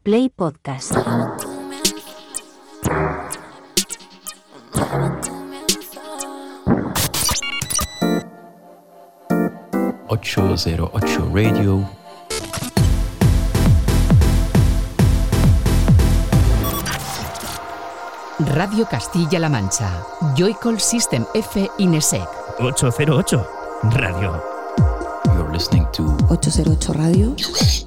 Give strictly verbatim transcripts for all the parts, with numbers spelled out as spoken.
Play Podcast. ochocientos ocho Radio. Radio Castilla-La Mancha. Joycall System F Inesec. ochocientos ocho Radio. You're listening to ochocientos ocho Radio.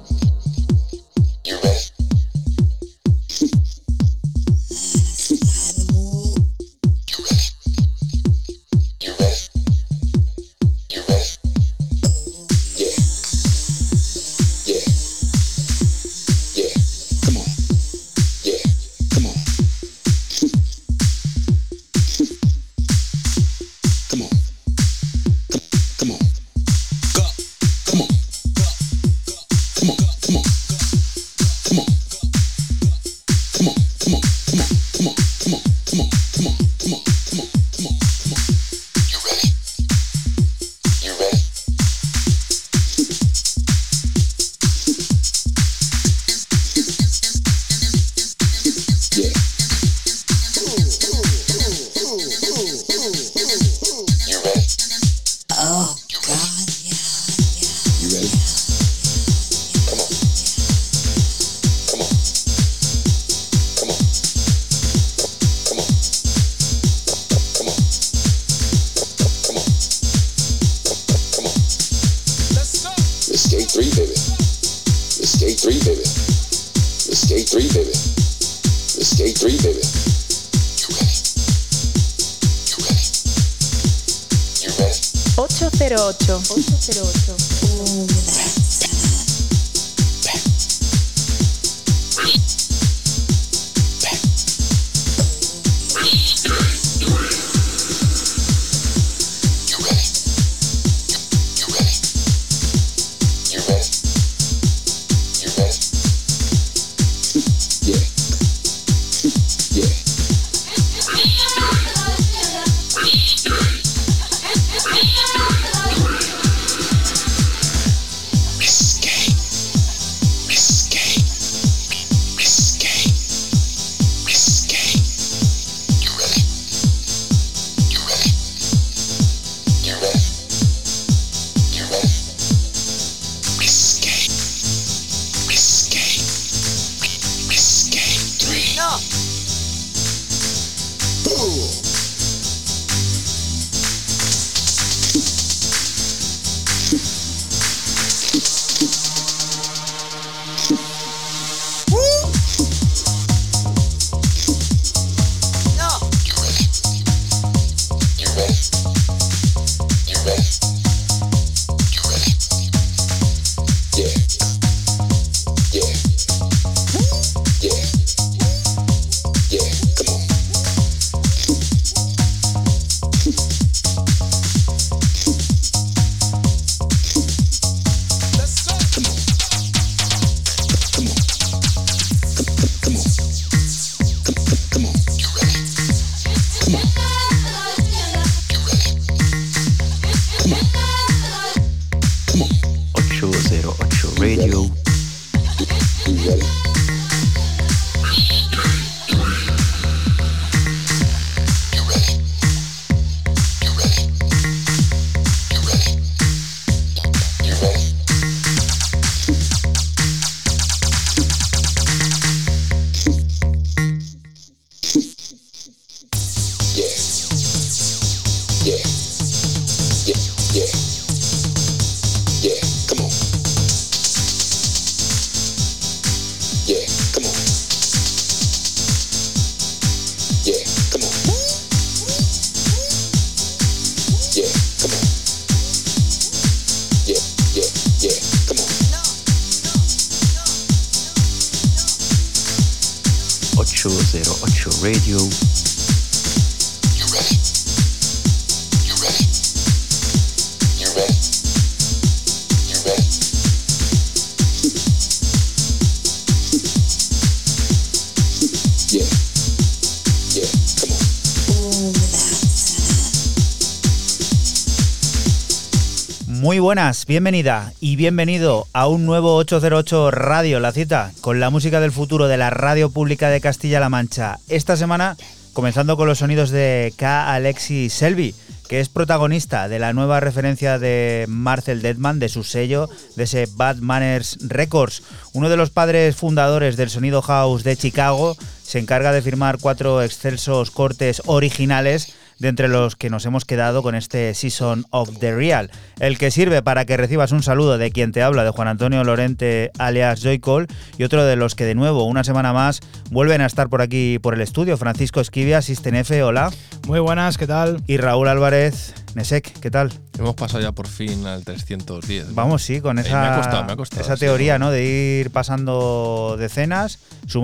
ochocientos ocho Radio. Muy buenas, bienvenida y bienvenido a un nuevo ocho cero ocho Radio, la cita con la música del futuro de la radio pública de Castilla-La Mancha. Esta semana comenzando con los sonidos de K. Alexis Selby, que es protagonista de la nueva referencia de Marcel Dettmann, de su sello, de ese Bad Manners Records. Uno de los padres fundadores del sonido house de Chicago se encarga de firmar cuatro excelsos cortes originales, de entre los que nos hemos quedado con este Season of the Real, el que sirve para que recibas un saludo de quien te habla, de Juan Antonio Lorente alias Joycall, y otro de los que de nuevo, una semana más, vuelven a estar por aquí por el estudio, Francisco Esquivia, System F, hola. Muy buenas, ¿qué tal? Y Raúl Álvarez, Nesek, ¿qué tal? Hemos pasado ya por fin al trescientos diez, ¿no? Vamos, sí, con esa, eh, me ha costado, me ha costado, esa sí, teoría, ¿no? ¿no? De ir pasando decenas,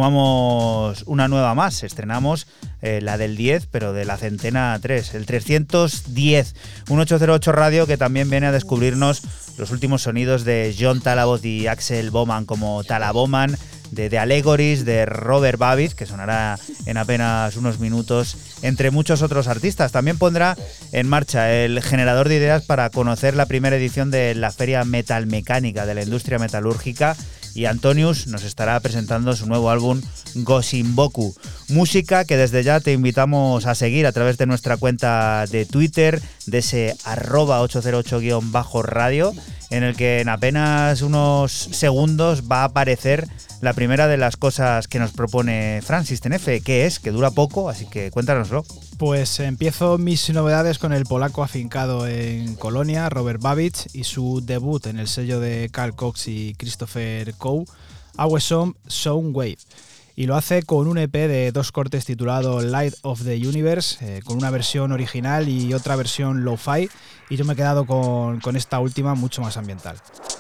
sumamos una nueva más, estrenamos eh, la del diez, pero de la centena tres, el trescientos diez, un ocho cero ocho Radio que también viene a descubrirnos los últimos sonidos de John Talabot y Axel Bowman como Talaboman, de The Allegories, de Robert Babbitt, que sonará en apenas unos minutos, entre muchos otros artistas. También pondrá en marcha el generador de ideas para conocer la primera edición de la Feria Metalmecánica de la Industria Metalúrgica, y Antonius nos estará presentando su nuevo álbum Goshimboku, música que desde ya te invitamos a seguir a través de nuestra cuenta de Twitter, de ese arroba ocho cero ocho guión bajo radio, en el que en apenas unos segundos va a aparecer la primera de las cosas que nos propone Fran System F, que es, que dura poco, así que cuéntanoslo. Pues empiezo mis novedades con el polaco afincado en Colonia, Robert Babbitt, y su debut en el sello de Carl Cox y Christopher Coe, Awesome Soundwave. Y lo hace con un E P de dos cortes titulado Light of the Universe, eh, con una versión original y otra versión lo-fi, y yo me he quedado con, con esta última, mucho más ambiental.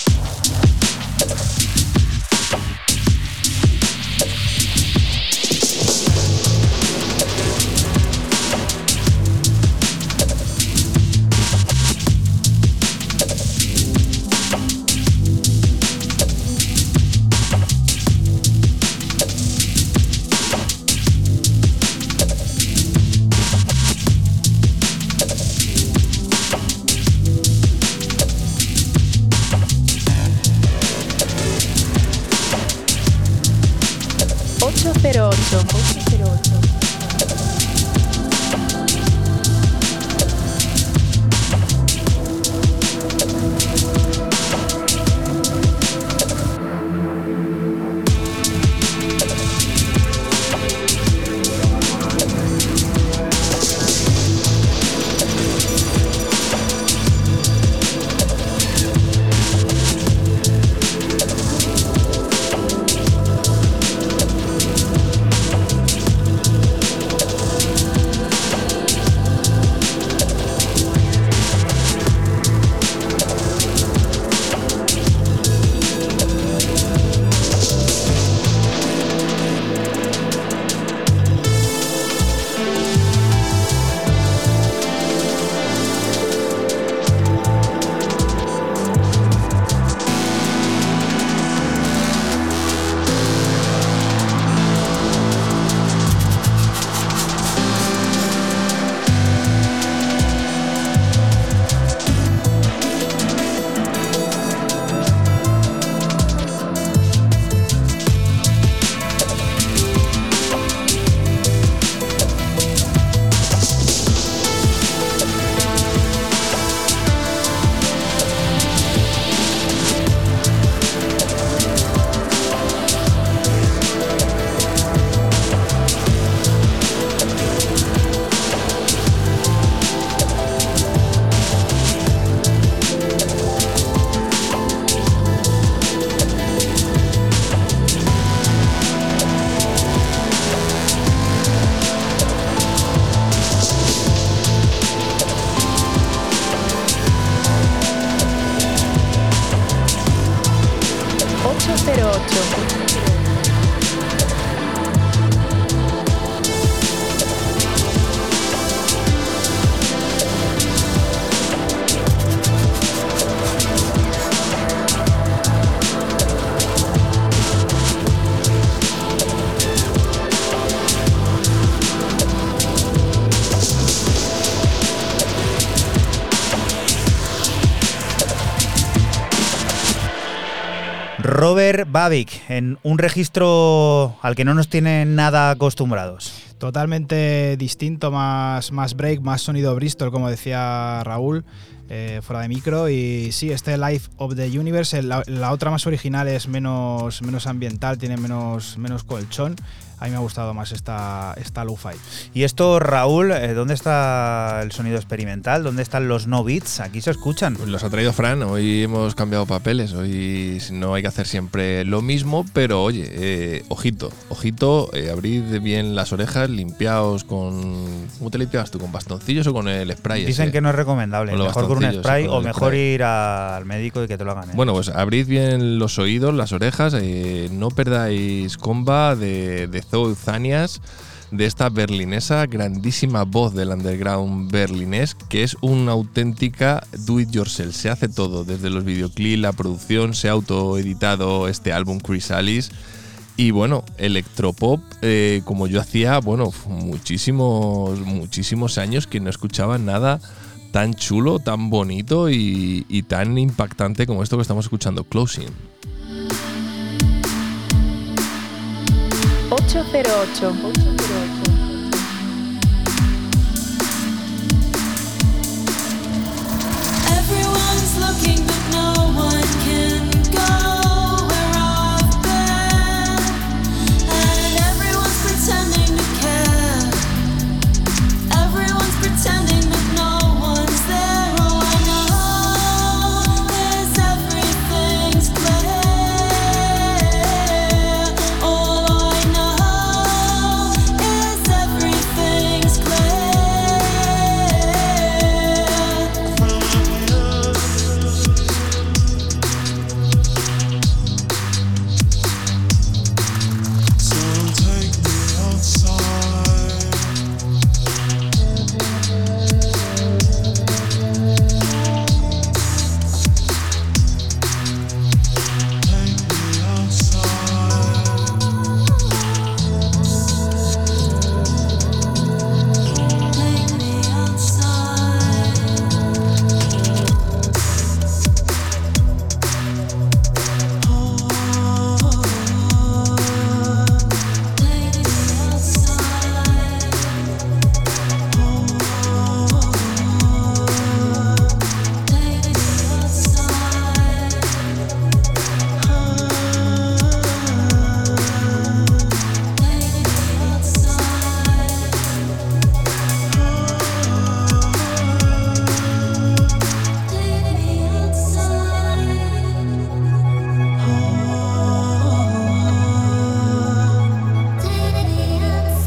ocho cero ocho. Robert Babic, en un registro al que no nos tienen nada acostumbrados. Totalmente distinto, más, más break, más sonido Bristol, como decía Raúl, eh, fuera de micro. Y sí, este Life of the Universe, la, la otra más original es menos, menos ambiental, tiene menos, menos colchón. A mí me ha gustado más esta, esta lo-fi. Y esto, Raúl, ¿dónde está el sonido experimental? ¿Dónde están los no beats? Aquí se escuchan. Pues los ha traído Fran, hoy hemos cambiado papeles, hoy no hay que hacer siempre lo mismo, pero oye, eh, ojito, ojito, eh, abrid bien las orejas, limpiaos con... ¿Cómo te limpiabas tú? ¿Con bastoncillos o con el spray? Dicen ese? que no es recomendable, Con los mejor con un bastoncillos, spray con o el mejor spray. ir a- al médico y que te lo hagan. ¿eh? Bueno, pues abrid bien los oídos, las orejas, eh, no perdáis comba de, de Zoe Zanias, de esta berlinesa, grandísima voz del underground berlinés, que es una auténtica do-it-yourself. Se hace todo, desde los videoclips, la producción, se ha autoeditado este álbum Chrysalis. Y bueno, electropop, eh, como yo hacía, bueno, muchísimos, muchísimos años que no escuchaba nada tan chulo, tan bonito y, y tan impactante como esto que estamos escuchando, Closing. ocho cero ocho. Everyone's looking, but no one can go where I've been, and everyone's pretending to care. Everyone's pretending, but no one's there. All I know is everything's clear. All I know is everything's clear. Take me outside. Take me outside. Take me outside. Take me outside. Take me outside. Take me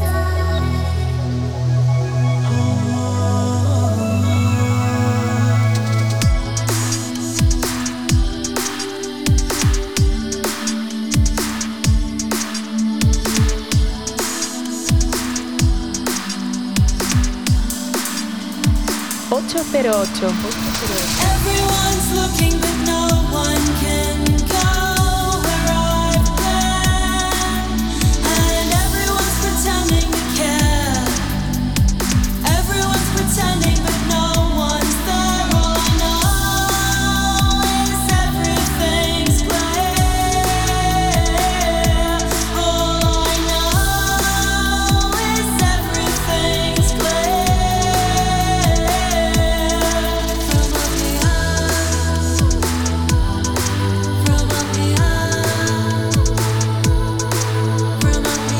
ocho cero ocho. Everyone's looking, but no one can go where I've been, and everyone's pretending to care. Everyone's pretending, but no one's there. All I know is everything's clear. All I know is everything's clear. From up here, from up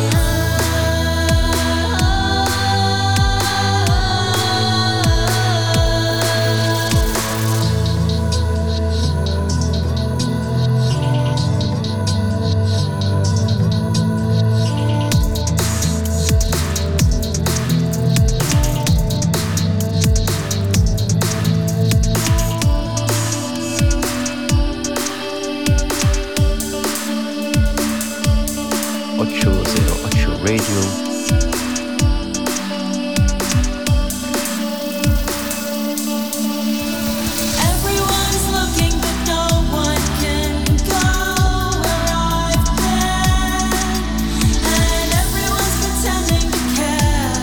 ocho cero ocho Radio. Everyone's looking, but no one can go where I've been, and everyone's pretending to care.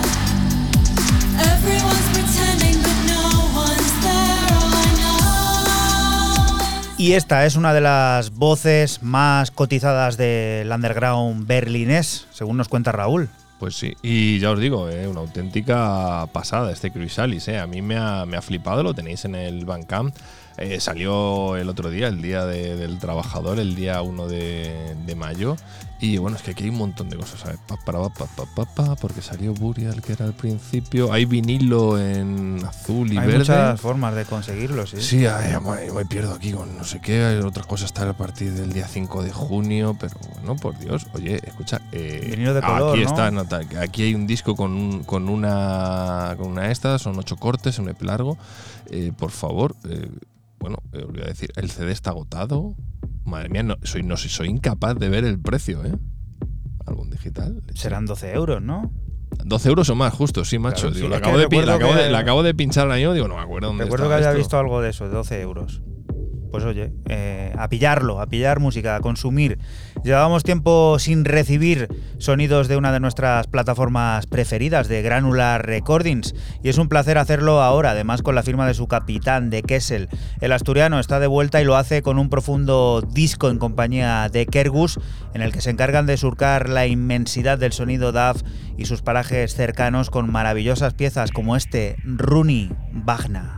Everyone's pretending, but no one's there. All I know is Y esta es una de las voces más cotizadas del underground berlinés, según nos cuenta Raúl. Pues sí, y ya os digo, eh, una auténtica pasada este Chrysalis. Eh. A mí me ha, me ha flipado, lo tenéis en el Bandcamp. Eh, salió el otro día, el día de, del trabajador, el día uno de, de mayo. Y bueno, es que aquí hay un montón de cosas, ¿sabes? Pa, para, pa, pa, pa, pa, porque salió Burial, que era al principio. Hay vinilo en azul y hay verde. Hay muchas formas de conseguirlo, sí. Sí, ay, ay, me pierdo aquí con no sé qué. Hay otras cosas están a partir del día cinco de junio. Pero bueno, por Dios. Oye, escucha. Eh, vinilo de color, aquí ¿no? está, nota, aquí hay un disco con, un, con una con una esta. Son ocho cortes, un E P largo. Eh, por favor. Eh, Bueno, eh, os voy a decir, el C D está agotado. Madre mía, no soy, no, soy incapaz de ver el precio, ¿eh? Álbum digital. Serán doce euros, ¿no? doce euros o más, justo, sí, macho. Claro, digo, sí, lo es acabo que de, pi- recuerdo la acabo que- de, la acabo de pinchar ahora mismo, digo, no me acuerdo dónde Recuerdo que estaba había esto. visto algo de eso, de doce euros. Pues oye, eh, a pillarlo, a pillar música, a consumir. Llevábamos tiempo sin recibir sonidos de una de nuestras plataformas preferidas, de Granular Recordings, y es un placer hacerlo ahora, además con la firma de su capitán, de Kessel. El asturiano está de vuelta y lo hace con un profundo disco en compañía de Kergus, en el que se encargan de surcar la inmensidad del sonido D A F y sus parajes cercanos con maravillosas piezas como este Runi Bagna.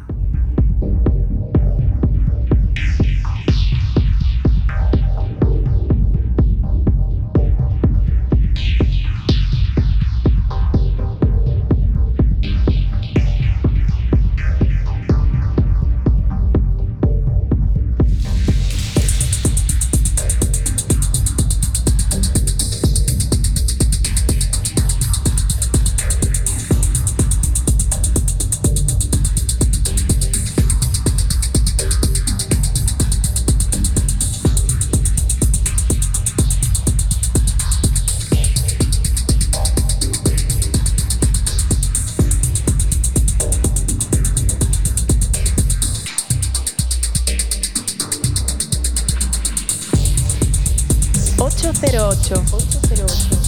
ocho cero ocho. ocho cero ocho.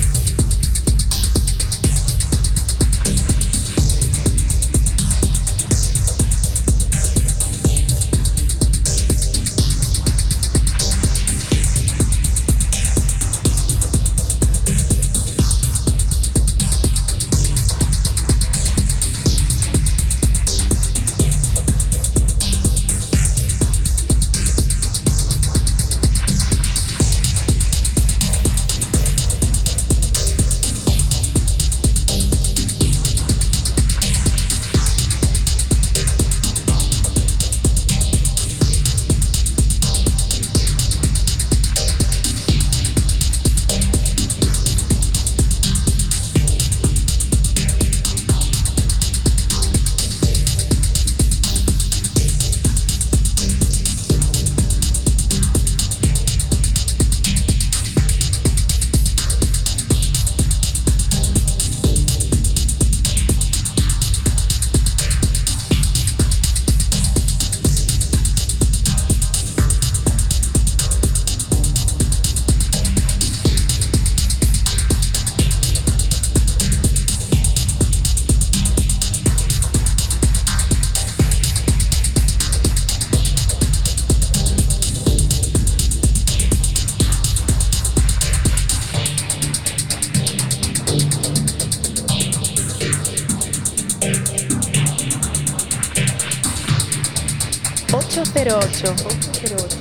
ocho cero ocho. ocho cero ocho.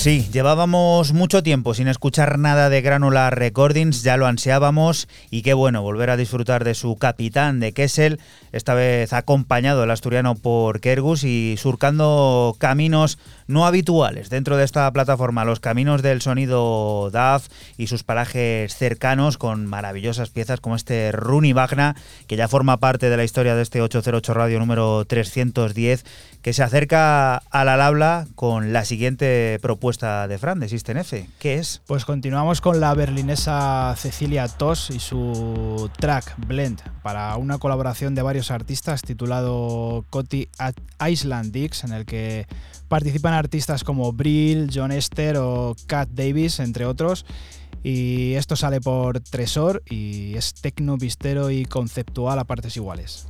sí, llevábamos mucho tiempo sin escuchar nada de Granular Recordings, ya lo ansiábamos y qué bueno volver a disfrutar de su capitán de Kessel, esta vez acompañado el asturiano por Kergus y surcando caminos no habituales dentro de esta plataforma, los caminos del sonido D A F y sus parajes cercanos con maravillosas piezas como este Runi Wagner, que ya forma parte de la historia de este ochocientos ocho Radio número trescientos diez, que se acerca a la habla con la siguiente propuesta de Fran, de System F. ¿Qué es? Pues continuamos con la berlinesa Cecilia Toss y su track Blend para una colaboración de varios artistas titulado Coti Island Dix, en el que participan artistas como Brill, John Esther o Cat Davis, entre otros. Y esto sale por Tresor y es tecno, pistero y conceptual a partes iguales.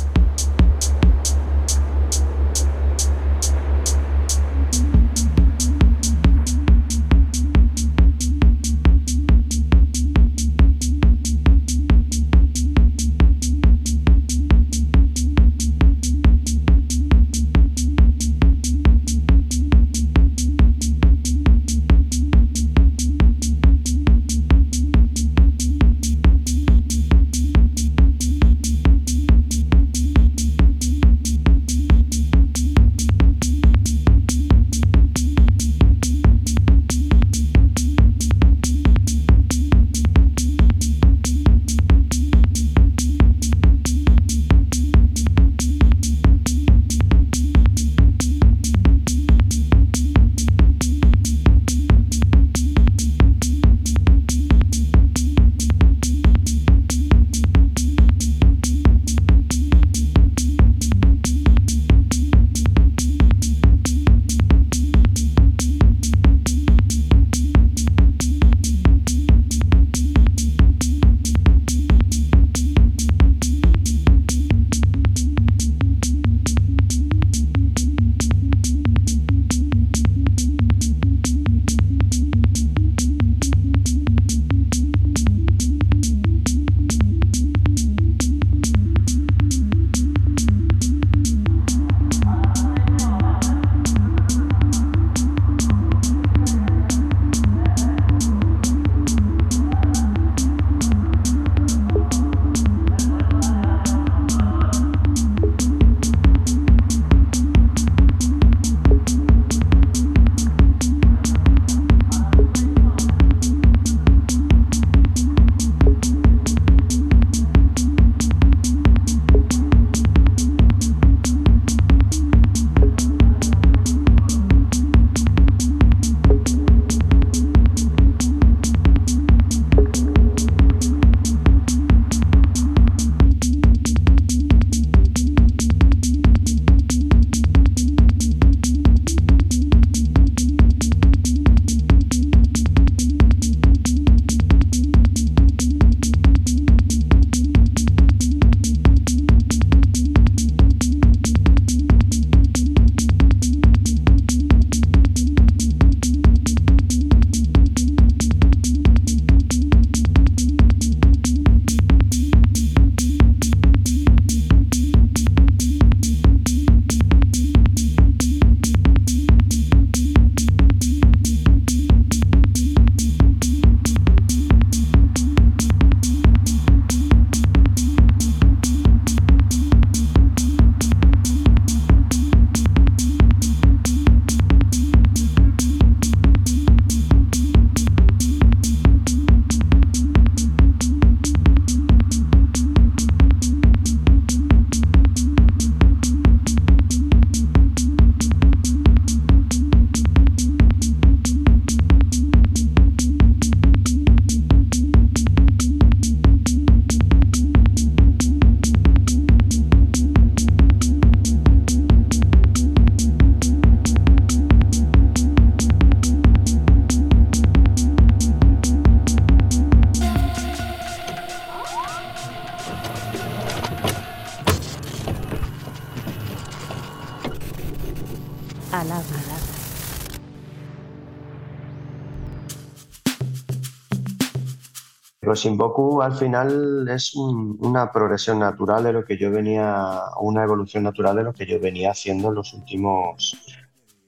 Pues Invoku al final es un- una progresión natural de lo que yo venía, una evolución natural de lo que yo venía haciendo en los últimos,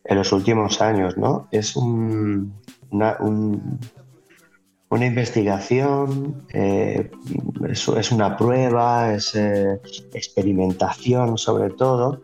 en los últimos años, ¿no? Es un, una, un, una investigación, eh, es, es una prueba, es eh, experimentación sobre todo.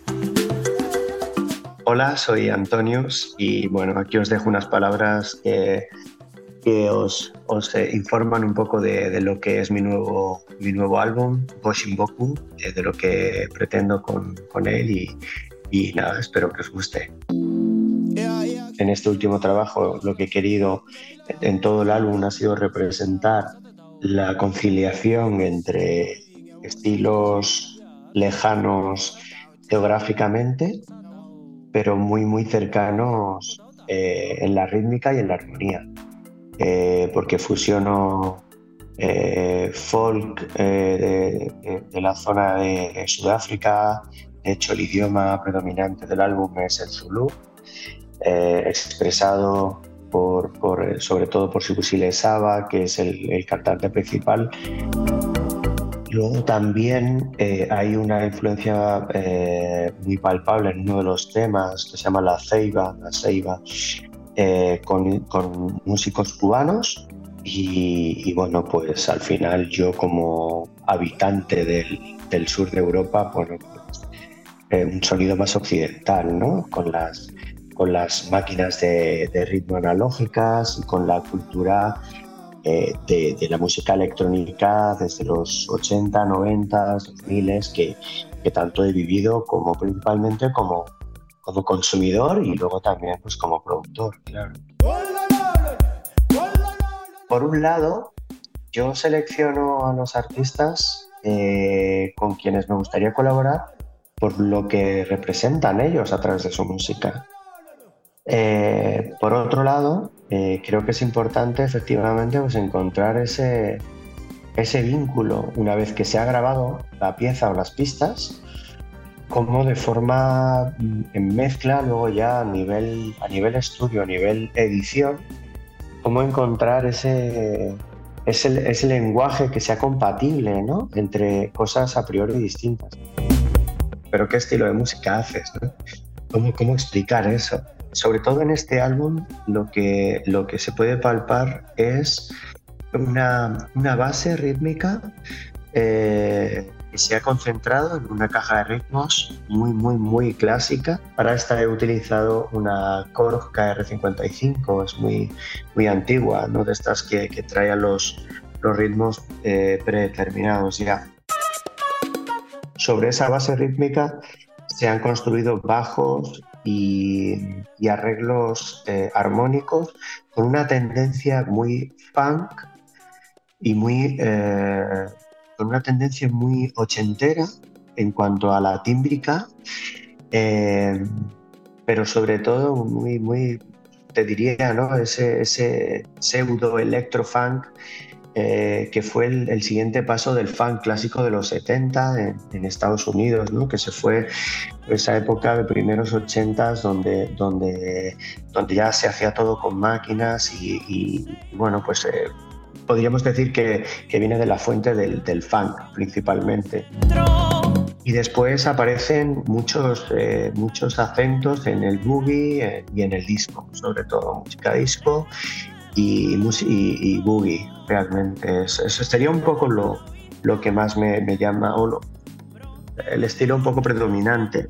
Hola, soy Antonius y bueno, aquí os dejo unas palabras que, que os, os eh, informan un poco de, de lo que es mi nuevo, mi nuevo álbum, Goshinboku, eh, de lo que pretendo con, con él y, y nada, espero que os guste. En este último trabajo lo que he querido en todo el álbum ha sido representar la conciliación entre estilos lejanos geográficamente, pero muy muy cercanos eh, en la rítmica y en la armonía, eh, porque fusiono eh, folk eh, de, de la zona de Sudáfrica. De hecho, el idioma predominante del álbum es el Zulu, eh, expresado por, por, sobre todo por Sibusile Saba, que es el, el cantante principal. Luego también eh, hay una influencia eh, muy palpable en uno de los temas que se llama La Ceiba, la Ceiba eh, con, con músicos cubanos y, y bueno, pues al final yo como habitante del, del sur de Europa, bueno, pues, eh, un sonido más occidental, ¿no? Con las, con las máquinas de, de ritmo analógicas y con la cultura eh, de, de la música electrónica desde los ochenta, noventa, dos mil, que, que tanto he vivido como principalmente como, como consumidor y luego también pues como productor, claro. Por un lado, yo selecciono a los artistas eh, con quienes me gustaría colaborar por lo que representan ellos a través de su música. Eh, por otro lado, eh, creo que es importante efectivamente pues, encontrar ese, ese vínculo una vez que se ha grabado la pieza o las pistas, como de forma en mezcla, luego ya a nivel, a nivel estudio, a nivel edición, cómo encontrar ese, ese, ese lenguaje que sea compatible, ¿no? Entre cosas a priori distintas. Pero ¿qué estilo de música haces, ¿no? ¿Cómo, cómo explicar eso? Sobre todo en este álbum lo que, lo que se puede palpar es una, una base rítmica eh, que se ha concentrado en una caja de ritmos muy, muy, muy clásica. Para esta he utilizado una Korg K R cincuenta y cinco, es muy, muy antigua, ¿no? De estas que, que trae a los, los ritmos eh, predeterminados ya. Sobre esa base rítmica se han construido bajos y, y arreglos eh, armónicos con una tendencia muy funk y muy, eh, con una tendencia muy ochentera en cuanto a la tímbrica, eh, pero sobre todo muy, muy, te diría, ¿no? Ese, ese pseudo electrofunk Eh, que fue el, el siguiente paso del funk clásico de los setenta en, en Estados Unidos, ¿no? Que se fue esa época de primeros ochentas donde, donde, donde ya se hacía todo con máquinas y, y bueno, pues eh, podríamos decir que, que viene de la fuente del, del funk principalmente. Y después aparecen muchos, eh, muchos acentos en el boogie eh, y en el disco, sobre todo música disco y, y, y boogie. Realmente eso, eso sería un poco lo, lo que más me, me llama, o lo, el estilo un poco predominante.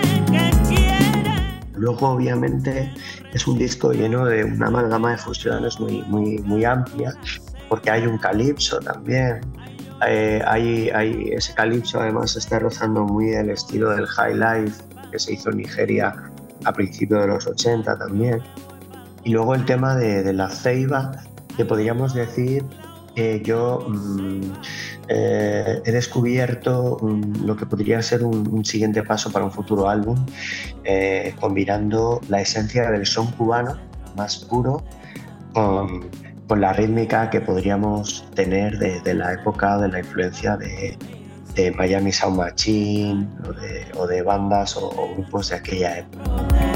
Luego obviamente es un disco lleno de una amalgama de fusiones muy, muy, muy amplia, porque hay un calipso también, eh, hay, hay, ese calipso además está rozando muy el estilo del high life que se hizo en Nigeria a principios de los ochenta también. Y luego el tema de, de la ceiba, que podríamos decir que yo mmm, eh, he descubierto um, lo que podría ser un, un siguiente paso para un futuro álbum, eh, combinando la esencia del son cubano más puro con, con la rítmica que podríamos tener de, de la época de la influencia de, de Miami Sound Machine o de, o de bandas o, o grupos de aquella época.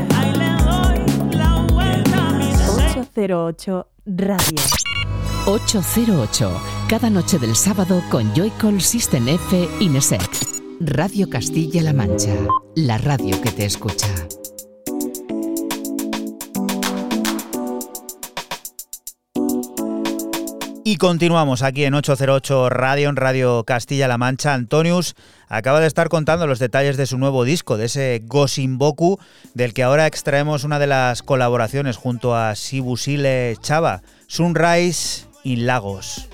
ocho cero ocho Radio. ocho cero ocho, cada noche del sábado con Joycall System F Inesec. Radio Castilla-La Mancha, la radio que te escucha. Y continuamos aquí en ocho cero ocho Radio, en Radio Castilla-La Mancha. Antonius acaba de estar contando los detalles de su nuevo disco, de ese Gosinboku, del que ahora extraemos una de las colaboraciones junto a Sibusile Chava, Sunrise in Lagos.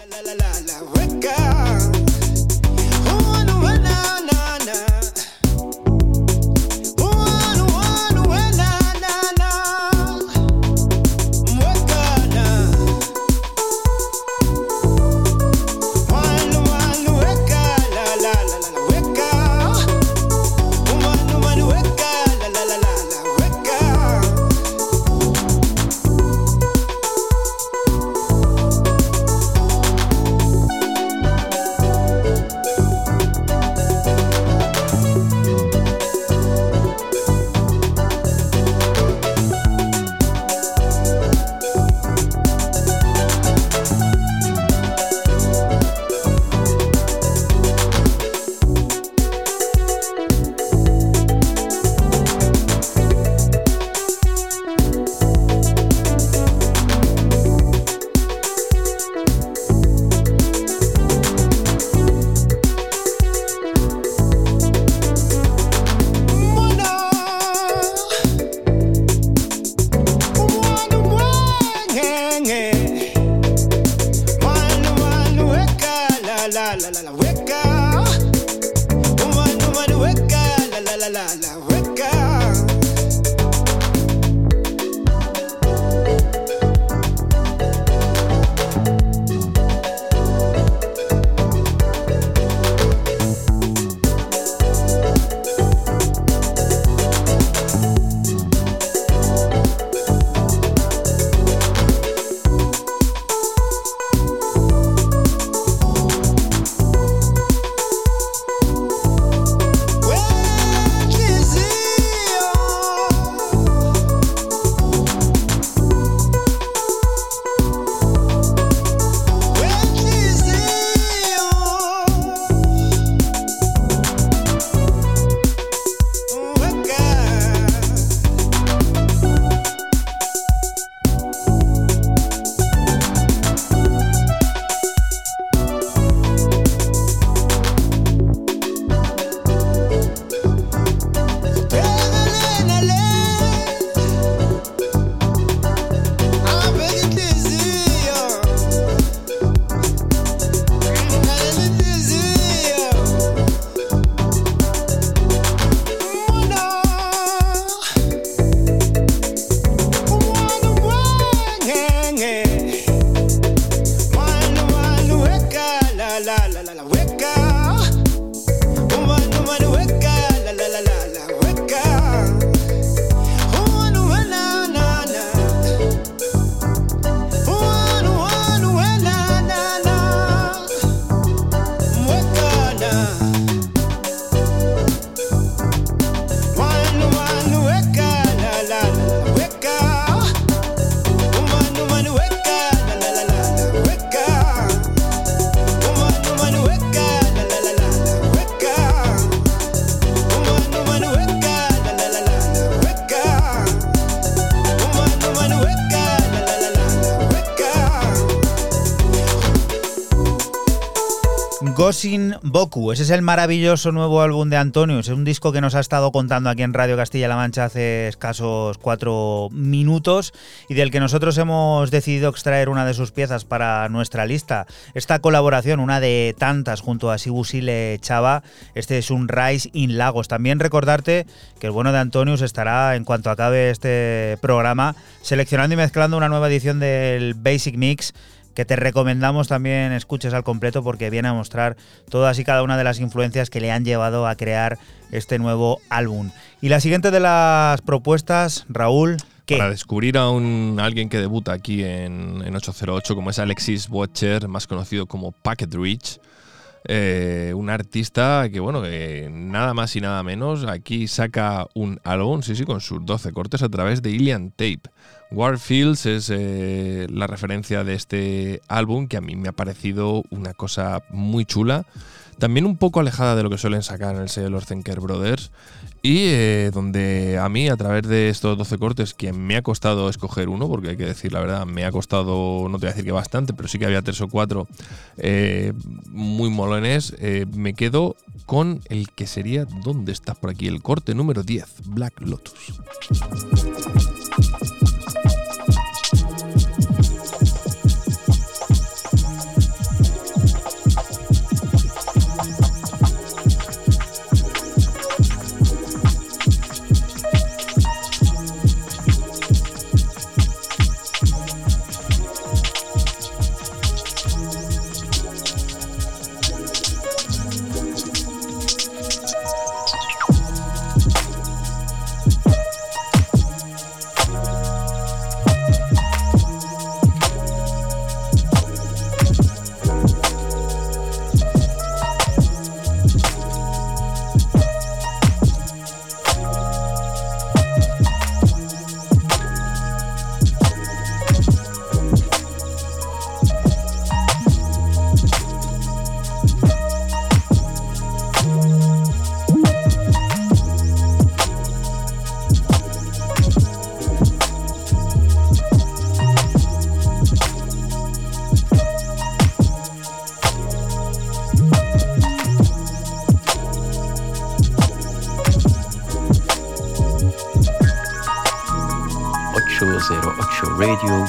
Gosinboku, ese es el maravilloso nuevo álbum de Antonius, es un disco que nos ha estado contando aquí en Radio Castilla-La Mancha hace escasos cuatro minutos y del que nosotros hemos decidido extraer una de sus piezas para nuestra lista. Esta colaboración, una de tantas junto a Sibusile Chava, este es un Sunrise in Lagos. También recordarte que el bueno de Antonius estará, en cuanto acabe este programa, seleccionando y mezclando una nueva edición del Basic Mix, que te recomendamos también escuches al completo porque viene a mostrar todas y cada una de las influencias que le han llevado a crear este nuevo álbum. Y la siguiente de las propuestas, Raúl, ¿qué? Para descubrir a un a alguien que debuta aquí en, en ocho cero ocho, como es Alexis Watcher, más conocido como Packet Rich, eh, un artista que, bueno, que nada más y nada menos, aquí saca un álbum, sí, sí, con sus doce cortes a través de Ilian Tape. Warfields es eh, la referencia de este álbum, que a mí me ha parecido una cosa muy chula. también un poco alejada de lo que suelen sacar en el sello de los Zenker Brothers, y eh, donde a mí, a través de estos doce cortes, que me ha costado escoger uno, porque hay que decir la verdad, me ha costado, no te voy a decir que bastante, pero sí que había tres o cuatro eh, muy molones, eh, me quedo con el que sería, ¿dónde estás por aquí? El corte número diez, Black Lotus. ocho cero ocho Radio.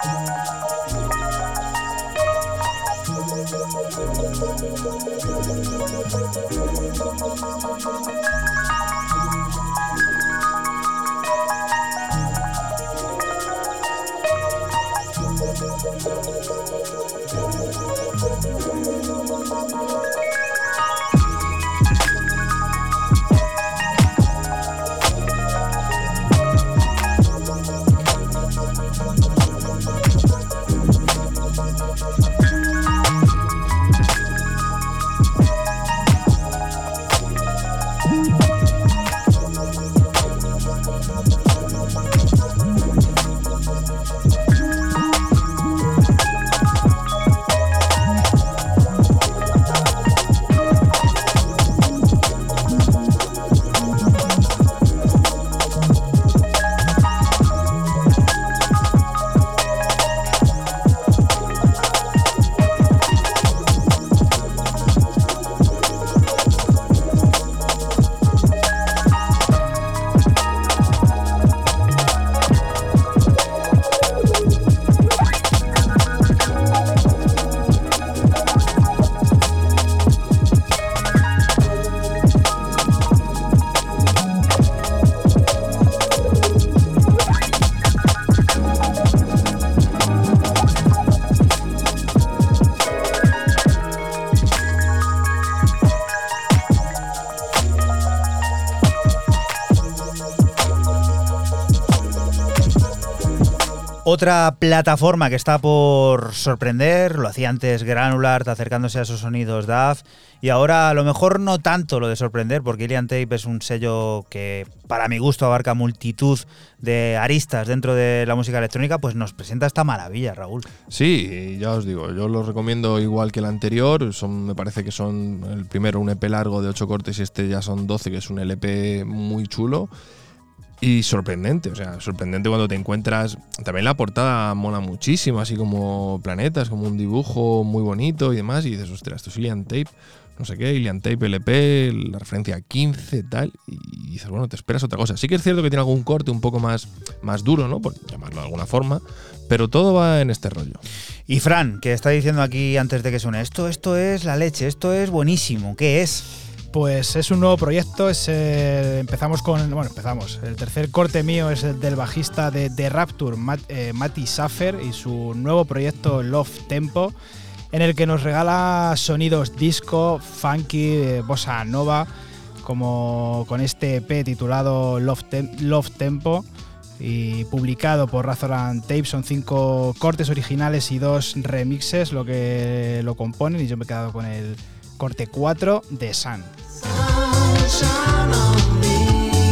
Otra plataforma que está por sorprender, lo hacía antes Granular acercándose a esos sonidos D A F, y ahora a lo mejor no tanto lo de sorprender, porque Alien Tape es un sello que para mi gusto abarca multitud de aristas dentro de la música electrónica, pues nos presenta esta maravilla, Raúl. Sí, ya os digo, yo lo recomiendo igual que el anterior, son, me parece que son el primero un E P largo de ocho cortes y este ya son doce, que es un L P muy chulo. Y sorprendente, o sea, sorprendente cuando te encuentras. También la portada mola muchísimo, así como planetas, como un dibujo muy bonito y demás. Y dices, ostras, esto es Alien Tape, no sé qué, Alien Tape L P, la referencia a quince, tal. Y dices, bueno, te esperas otra cosa. Sí que es cierto que tiene algún corte un poco más, más duro, ¿no? Por llamarlo de alguna forma. Pero todo va en este rollo. Y Fran, que está diciendo aquí antes de que suene esto, esto es la leche, esto es buenísimo. ¿Qué es? Pues es un nuevo proyecto, es, eh, empezamos con, bueno, empezamos, el tercer corte mío es el del bajista de The Rapture, Matt, eh, Matty Safer, y su nuevo proyecto Love Tempo, en el que nos regala sonidos disco, funky, eh, bossa nova, como con este E P titulado Love, Tem- Love Tempo, y publicado por Razorland Tape. Son cinco cortes originales y dos remixes lo que lo componen, y yo me he quedado con el corte cuatro de Sun. Sunshine on me.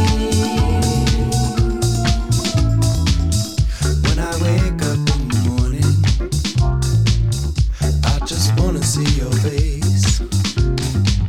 When I wake up in the morning, I just wanna see your face.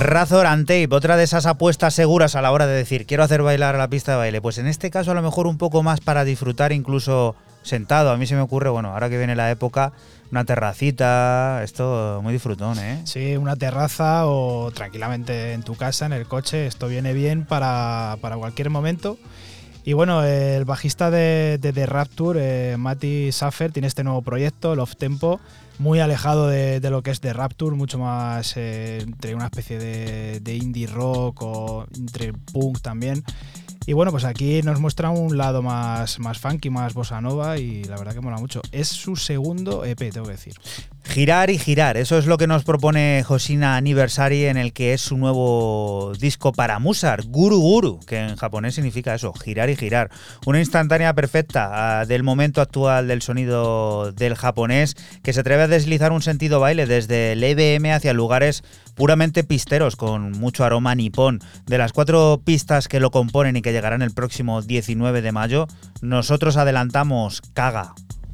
Razor and Tape, otra de esas apuestas seguras a la hora de decir quiero hacer bailar a la pista de baile. Pues en este caso a lo mejor un poco más para disfrutar incluso sentado. A mí se me ocurre, bueno, ahora que viene la época, una terracita, esto muy disfrutón, ¿eh? Sí, una terraza o tranquilamente en tu casa, en el coche, esto viene bien para, para cualquier momento. Y bueno, el bajista de, de The Rapture, eh, Matty Safer, tiene este nuevo proyecto, Love Tempo, muy alejado de, de lo que es The Rapture, mucho más eh, entre una especie de, de indie rock o entre punk también. Y bueno, pues aquí nos muestra un lado más, más funky, más bossa nova y la verdad que mola mucho. Es su segundo E P, tengo que decir. Girar y girar, eso es lo que nos propone Hosina Anniversary, en el que es su nuevo disco para Musar, Guru Guru, que en japonés significa eso, girar y girar. Una instantánea perfecta uh, del momento actual del sonido del japonés, que se atreve a deslizar un sentido baile desde el E B M hacia lugares puramente pisteros, con mucho aroma nipón. De las cuatro pistas que lo componen y que llegarán el próximo diecinueve de mayo, nosotros adelantamos Kaga.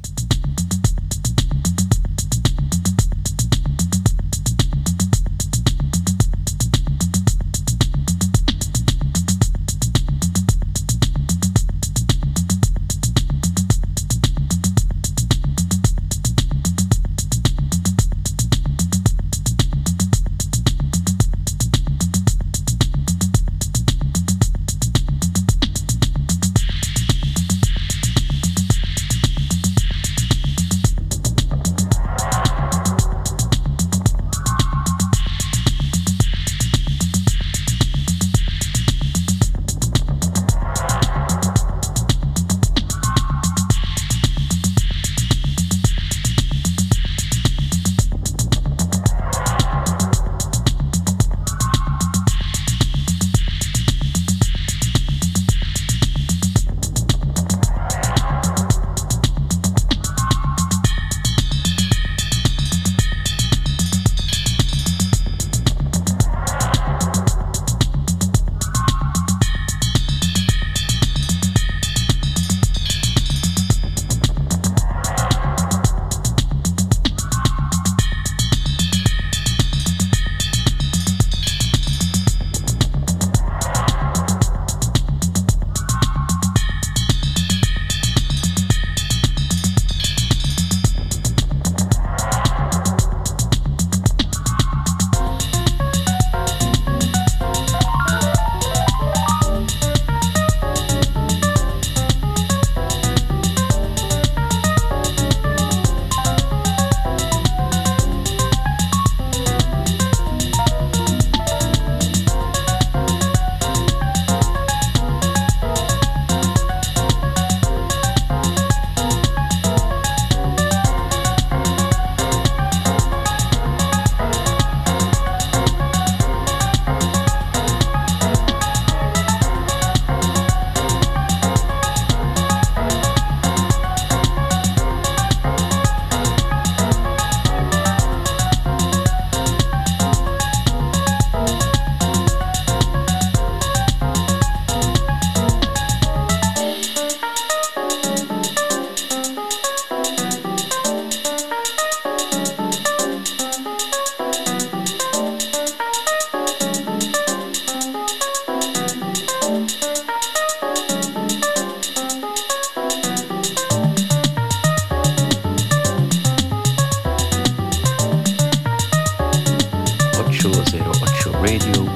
Radio.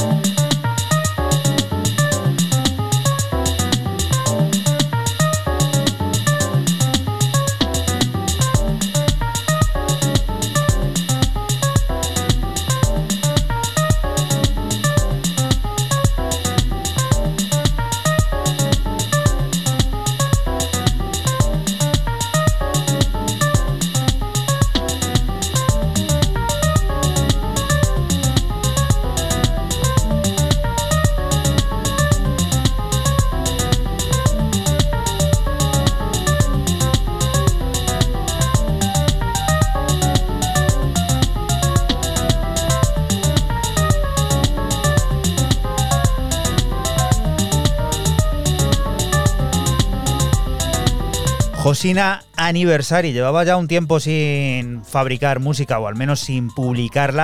Hosina Anniversary llevaba ya un tiempo sin fabricar música, o al menos sin publicarla,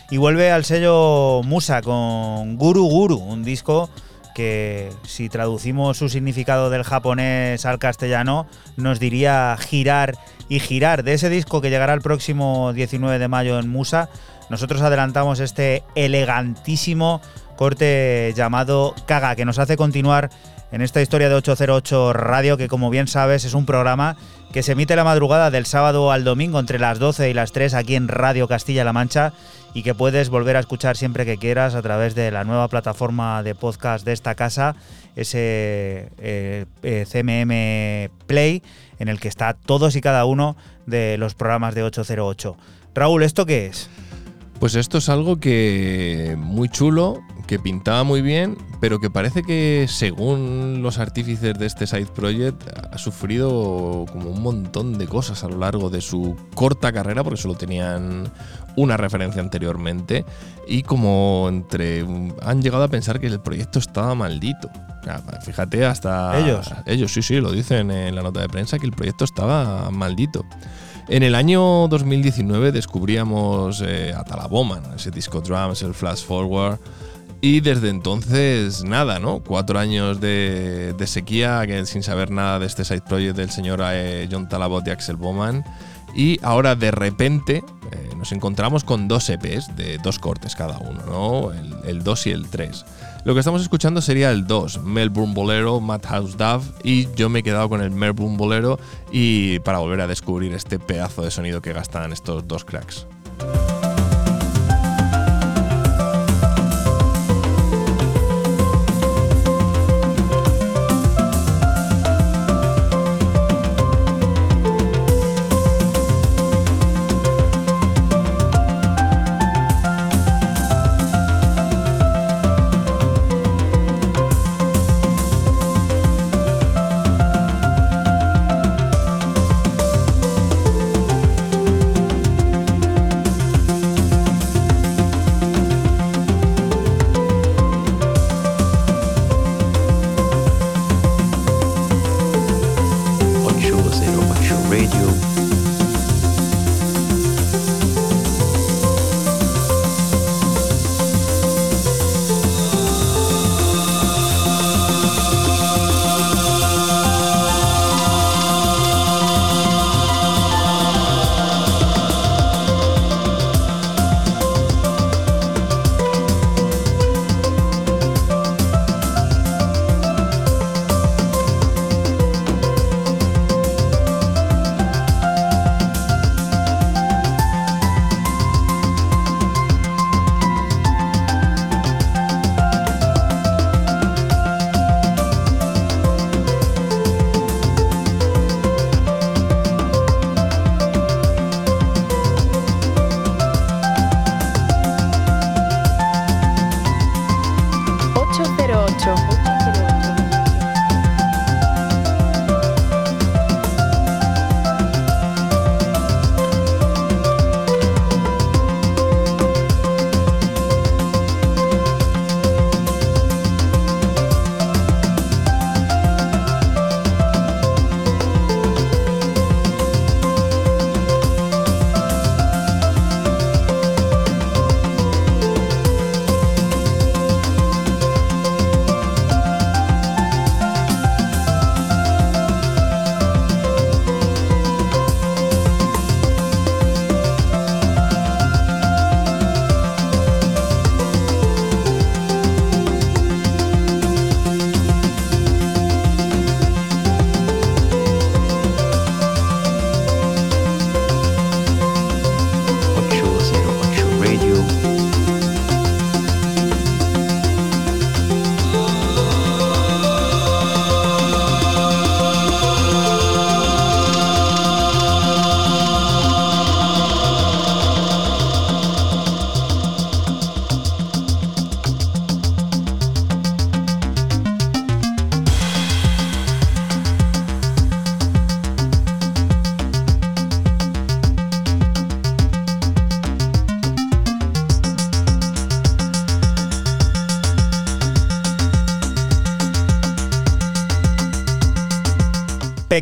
y vuelve al sello Musa con Guru Guru, un disco que si traducimos su significado del japonés al castellano nos diría girar y girar. De ese disco que llegará el próximo diecinueve de mayo en Musa, nosotros adelantamos este elegantísimo corte llamado Kaga, que nos hace continuar en esta historia de ocho cero ocho Radio, que como bien sabes es un programa que se emite la madrugada del sábado al domingo entre las doce y las tres aquí en Radio Castilla-La Mancha, y que puedes volver a escuchar siempre que quieras a través de la nueva plataforma de podcast de esta casa, ese eh, eh, C M M Play, en el que está todos y cada uno de los programas de ocho cero ocho. Raúl, ¿esto qué es? Pues esto es algo que muy chulo, que pintaba muy bien, pero que parece que, según los artífices de este side project, ha sufrido como un montón de cosas a lo largo de su corta carrera, porque solo tenían una referencia anteriormente, y como entre han llegado a pensar que el proyecto estaba maldito. Fíjate, hasta ellos. Ellos, sí, sí, lo dicen en la nota de prensa, que el proyecto estaba maldito. En el año dos mil diecinueve descubríamos eh, Atalaboman, ese disco Drums, el Flash Forward, y desde entonces nada, ¿no? Cuatro años de, de sequía, que sin saber nada de este side project del señor eh, John Talabot y Axel Bowman. Y ahora de repente eh, nos encontramos con dos E Pes de dos cortes cada uno, ¿no? El, el dos y el tres. Lo que estamos escuchando sería el dos, Melbourne Bolero, Madhouse Dove, y yo me he quedado con el Melbourne Bolero y para volver a descubrir este pedazo de sonido que gastan estos dos cracks.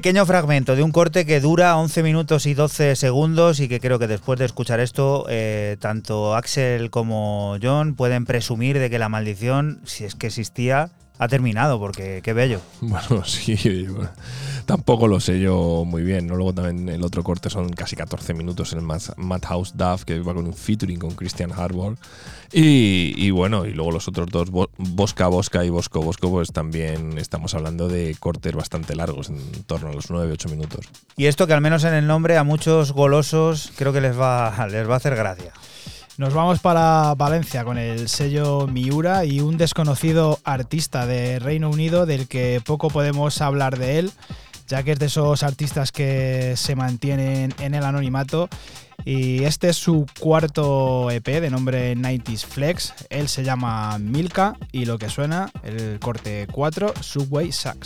Pequeño fragmento de un corte que dura once minutos y doce segundos y que creo que después de escuchar esto, eh, tanto Axel como John pueden presumir de que la maldición, si es que existía, ha terminado, porque qué bello. Bueno, sí, bueno, tampoco lo sé yo muy bien, ¿no? Luego también el otro corte son casi catorce minutos, el Madhouse Duff, que va con un featuring con Christian Harbour. Y, y bueno, y luego los otros dos, Bosca Bosca y Bosco Bosco, pues también estamos hablando de cortes bastante largos, en torno a los nueve ocho minutos. Y esto que al menos en el nombre a muchos golosos creo que les va, les va a hacer gracia. Nos vamos para Valencia con el sello Miura y un desconocido artista de Reino Unido del que poco podemos hablar de él, ya que es de esos artistas que se mantienen en el anonimato. Y este es su cuarto E P de nombre noventa Flex. Él se llama Milka y lo que suena, el corte cuatro, Subway Sax.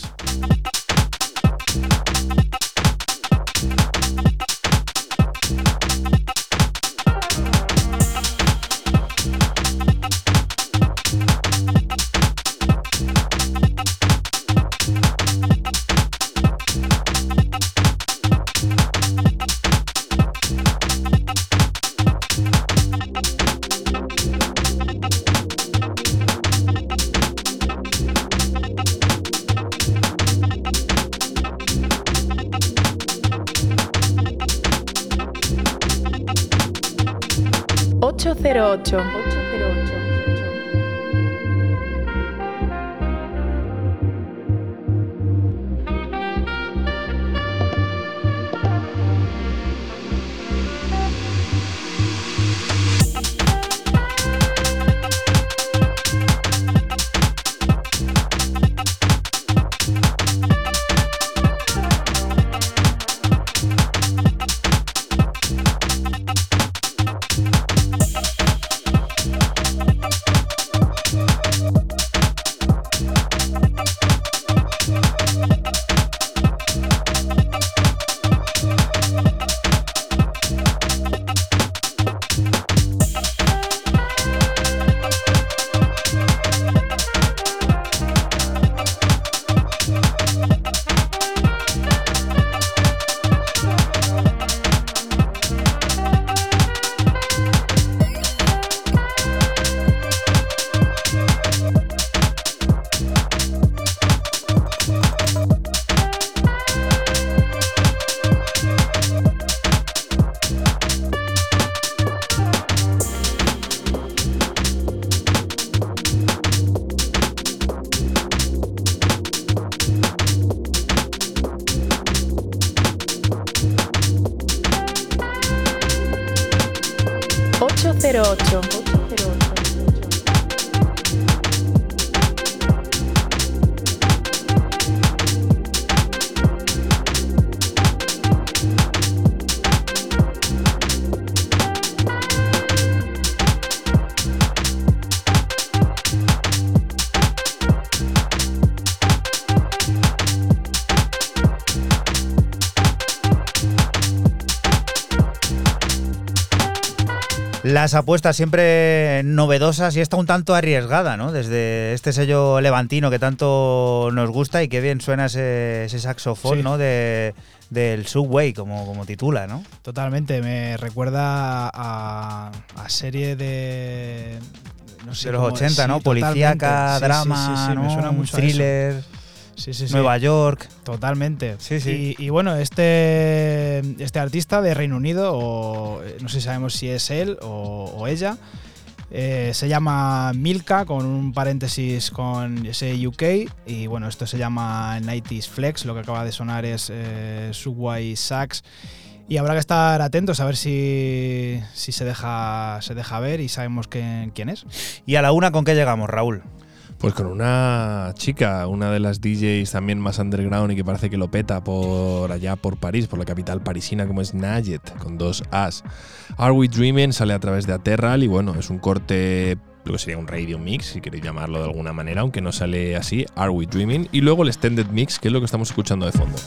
ocho cero ocho. ocho cero ocho. Las apuestas siempre novedosas y esta un tanto arriesgada, ¿no? Desde este sello levantino que tanto nos gusta y que bien suena ese, ese saxofón, sí, ¿no? De, del Subway, como, como titula, ¿no? Totalmente, me recuerda a, a serie de... No sé de los cómo, ochenta, sí, ¿no? Policíaca, sí, drama, sí, sí, sí, ¿no? me suena mucho thriller, sí, sí, sí. Nueva York. Totalmente. Sí, sí. Y, y bueno, este, este artista de Reino Unido, o no sé si sabemos si es él o, o ella, eh, se llama Milka, con un paréntesis con ese U K, y bueno, esto se llama noventa Flex, lo que acaba de sonar es eh, Subway Sax. Y habrá que estar atentos a ver si, si se deja se deja ver y sabemos que, quién es. ¿Y a la una con qué llegamos, Raúl? Pues con una chica, una de las D Js también más underground y que parece que lo peta por allá por París, por la capital parisina, como es Najet, con dos As. Are We Dreaming sale a través de Aterral y bueno, es un corte, lo que sería un radio mix, si queréis llamarlo de alguna manera, aunque no sale así, Are We Dreaming, y luego el extended mix, que es lo que estamos escuchando de fondo.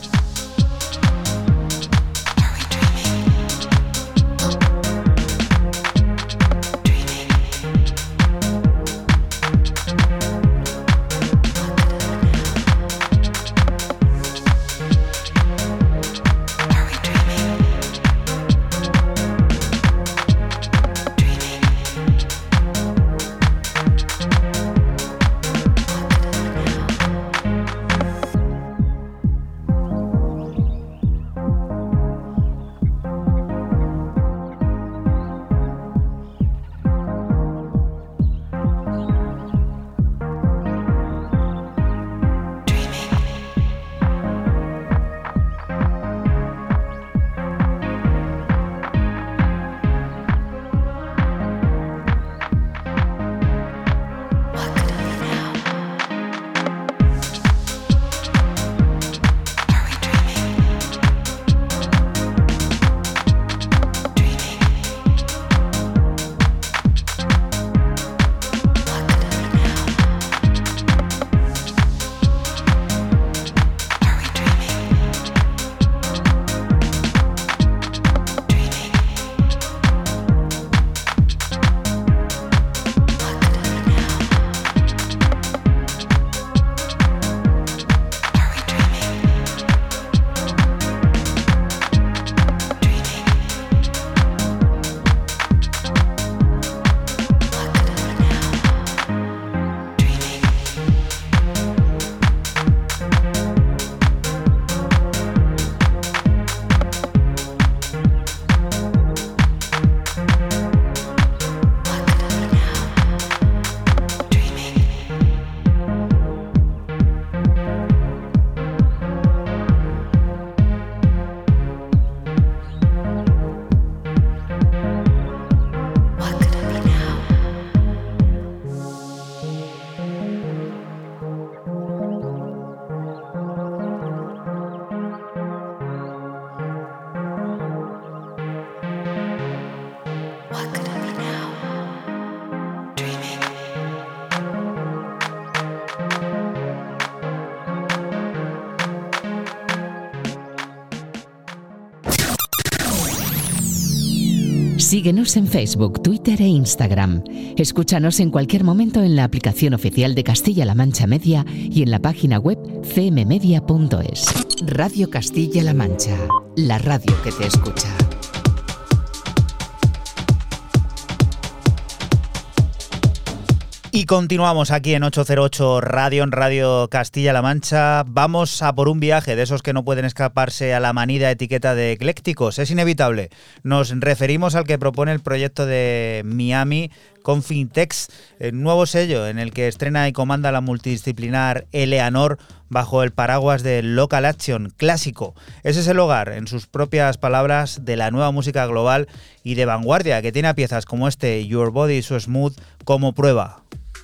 Síguenos en Facebook, Twitter e Instagram. Escúchanos en cualquier momento en la aplicación oficial de Castilla-La Mancha Media y en la página web c m media punto es. Radio Castilla-La Mancha, la radio que te escucha. Y continuamos aquí en ochocientos ocho Radio, en Radio Castilla-La Mancha. Vamos a por un viaje de esos que no pueden escaparse a la manida etiqueta de eclécticos. Es inevitable. Nos referimos al que propone el proyecto de Miami Confintex, el nuevo sello en el que estrena y comanda la multidisciplinar Eleanor bajo el paraguas de Local Action clásico. Ese es el hogar, en sus propias palabras, de la nueva música global y de vanguardia que tiene a piezas como este Your Body So Smooth como prueba.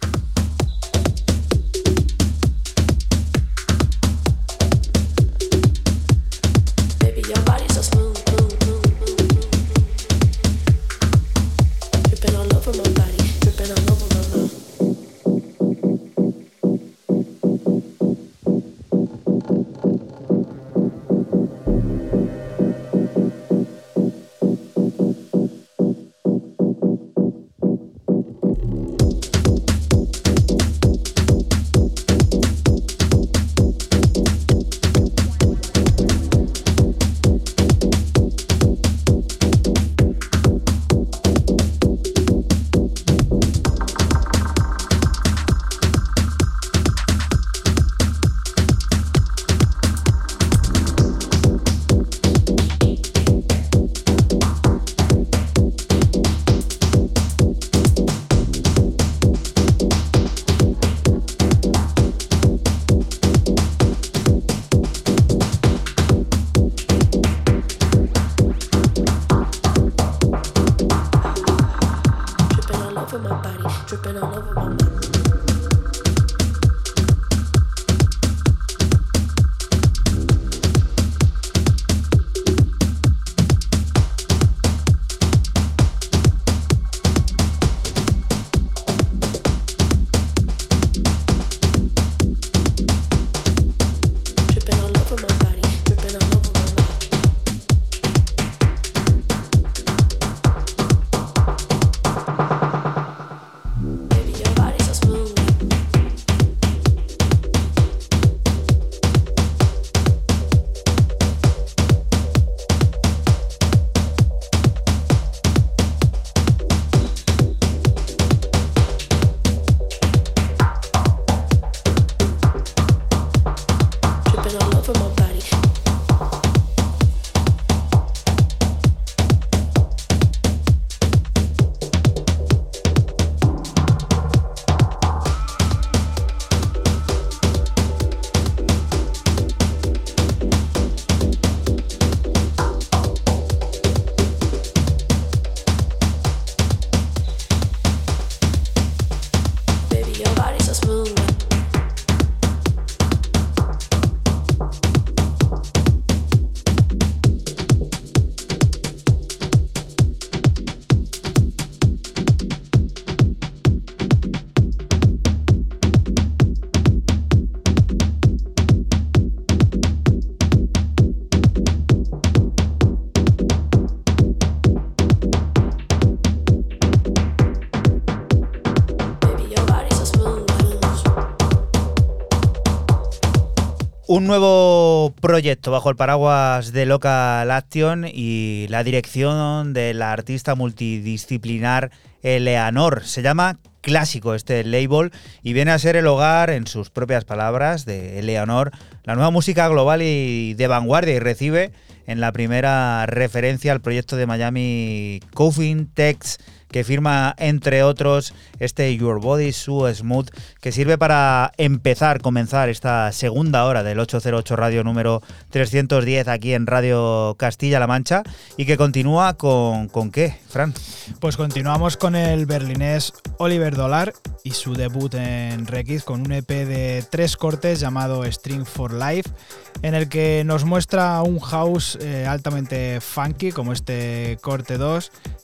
Un nuevo proyecto bajo el paraguas de Local Action y la dirección de la artista multidisciplinar Eleanor. Se llama Clásico este label y viene a ser el hogar, en sus propias palabras, de Eleanor, la nueva música global y de vanguardia, y recibe en la primera referencia al proyecto de Miami Confintex, que firma, entre otros, este Your Body So Smooth, que sirve para empezar, comenzar esta segunda hora del ochocientos ocho Radio número trescientos diez aquí en Radio Castilla-La Mancha, y que continúa con, ¿con qué, Fran? Pues continuamos con el berlinés Oliver Dollar y su debut en Rekiz con un E P de tres cortes llamado String for Life, en el que nos muestra un house eh, altamente funky como este corte dos,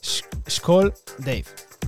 Skull Dave.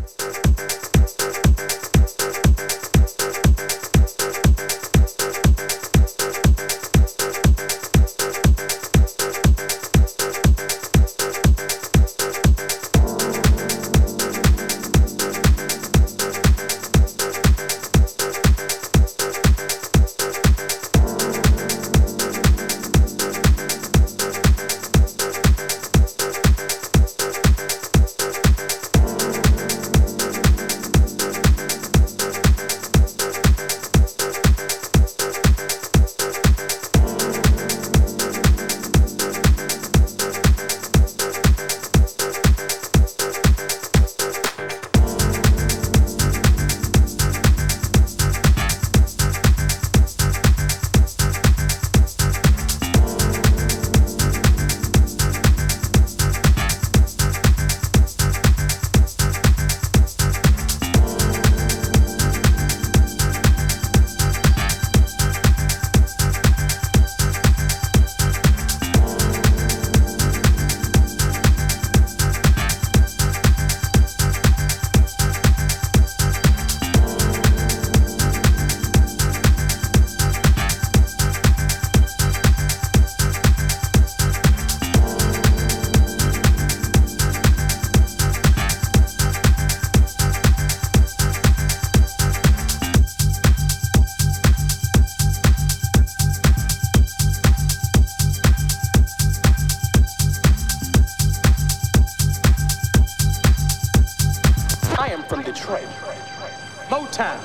Motown.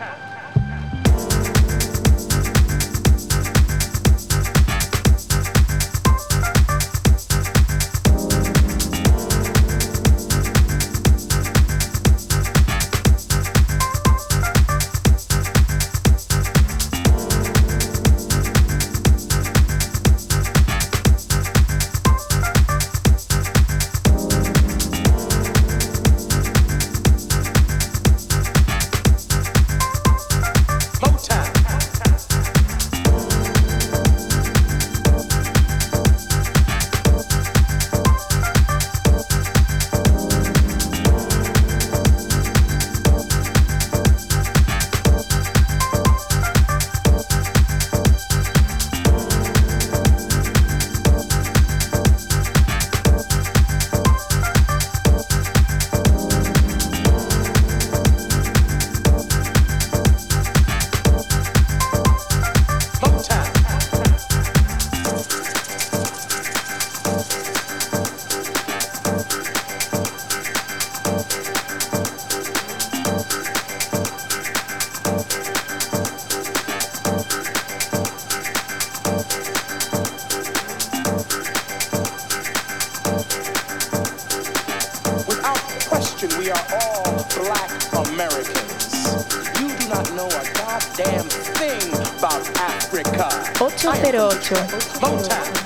We are all black Americans. You do not know a goddamn thing about Africa. ocho cero ocho. Motown.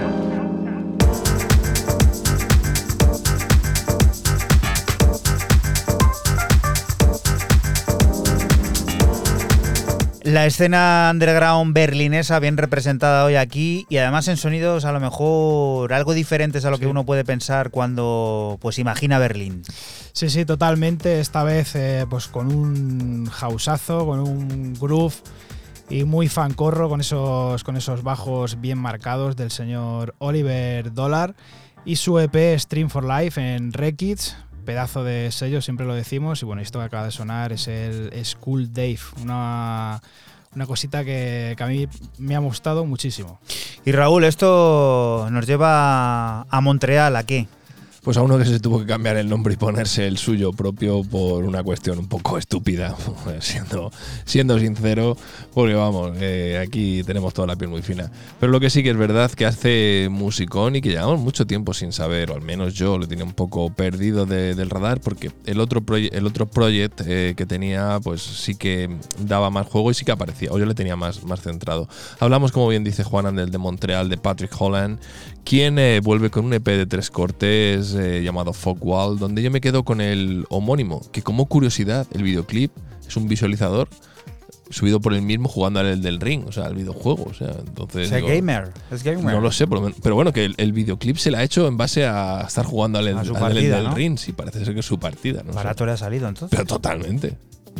La escena underground berlinesa bien representada hoy aquí y además en sonidos a lo mejor algo diferentes a lo que Sí. uno puede pensar cuando pues imagina Berlín. Sí, sí, totalmente. Esta vez eh, pues con un houseazo, con un groove y muy fancorro, con esos, con esos bajos bien marcados del señor Oliver Dollar y su E P Stream for Life en Rekids. Pedazo de sello, siempre lo decimos. Y bueno, esto que acaba de sonar es el Skull Dave, una, una cosita que, que a mí me ha gustado muchísimo. Y Raúl, esto nos lleva a Montreal, ¿a qué? Pues a uno que se tuvo que cambiar el nombre y ponerse el suyo propio por una cuestión un poco estúpida, siendo, siendo sincero, porque vamos, eh, aquí tenemos toda la piel muy fina. Pero lo que sí que es verdad que hace musicón y que llevamos mucho tiempo sin saber, o al menos yo lo tenía un poco perdido de, del radar, porque el otro, proye- el otro project eh, que tenía, pues sí que daba más juego y sí que aparecía, o yo le tenía más, más centrado. Hablamos, como bien dice Juanan, del de Montreal, de Patrick Holland, quien eh, vuelve con un E P de tres cortes eh, llamado Fogwall, donde yo me quedo con el homónimo, que como curiosidad, el videoclip es un visualizador subido por él mismo jugando al Elden Ring, o sea, al videojuego. O sea, entonces. Es digo, gamer, es gamer. No lo sé, por lo menos- pero bueno, que el, el videoclip se le ha hecho en base a estar jugando al, A su al partida, Elden ¿no? Ring. Sí, parece ser que es su partida. No sé. Barato le ha salido entonces. Pero totalmente.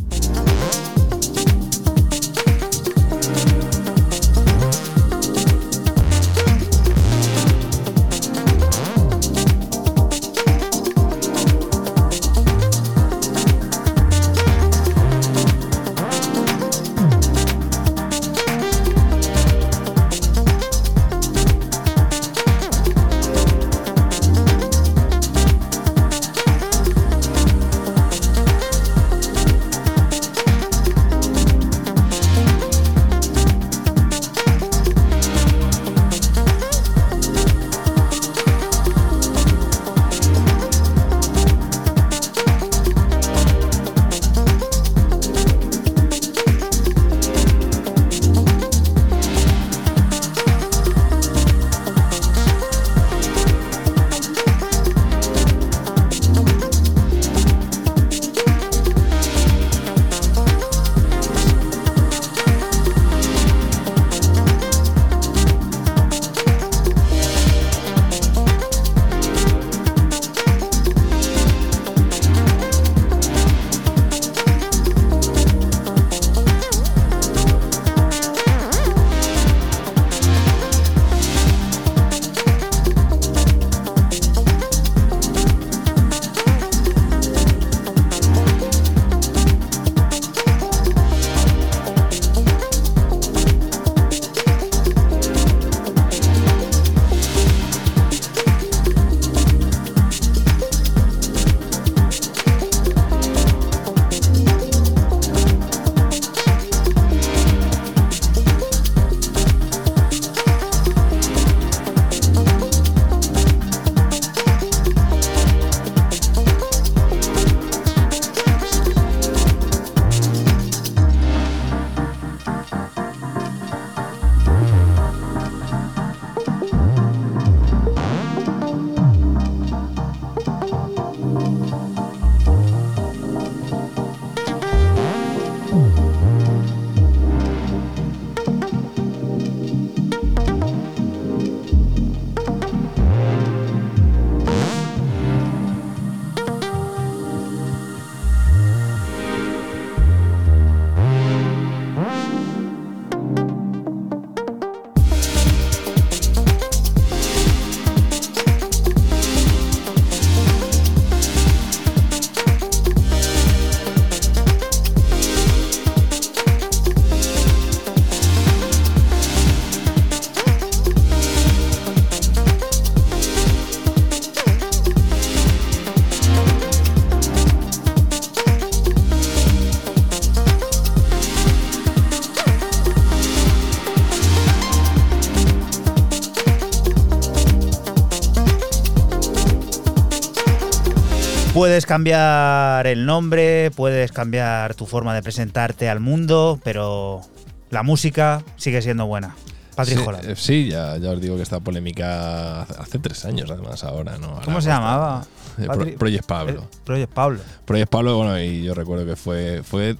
Puedes cambiar el nombre, puedes cambiar tu forma de presentarte al mundo, pero la música sigue siendo buena. Patrick sí, Holland. eh, Sí, ya, ya os digo que esta polémica hace, hace tres años, además, ahora, ¿no? Ahora ¿Cómo se pues, llamaba? eh, Pro- Patrick- Project Pablo. eh, Project Pablo. Project Pablo, bueno, y yo recuerdo que fue, fue,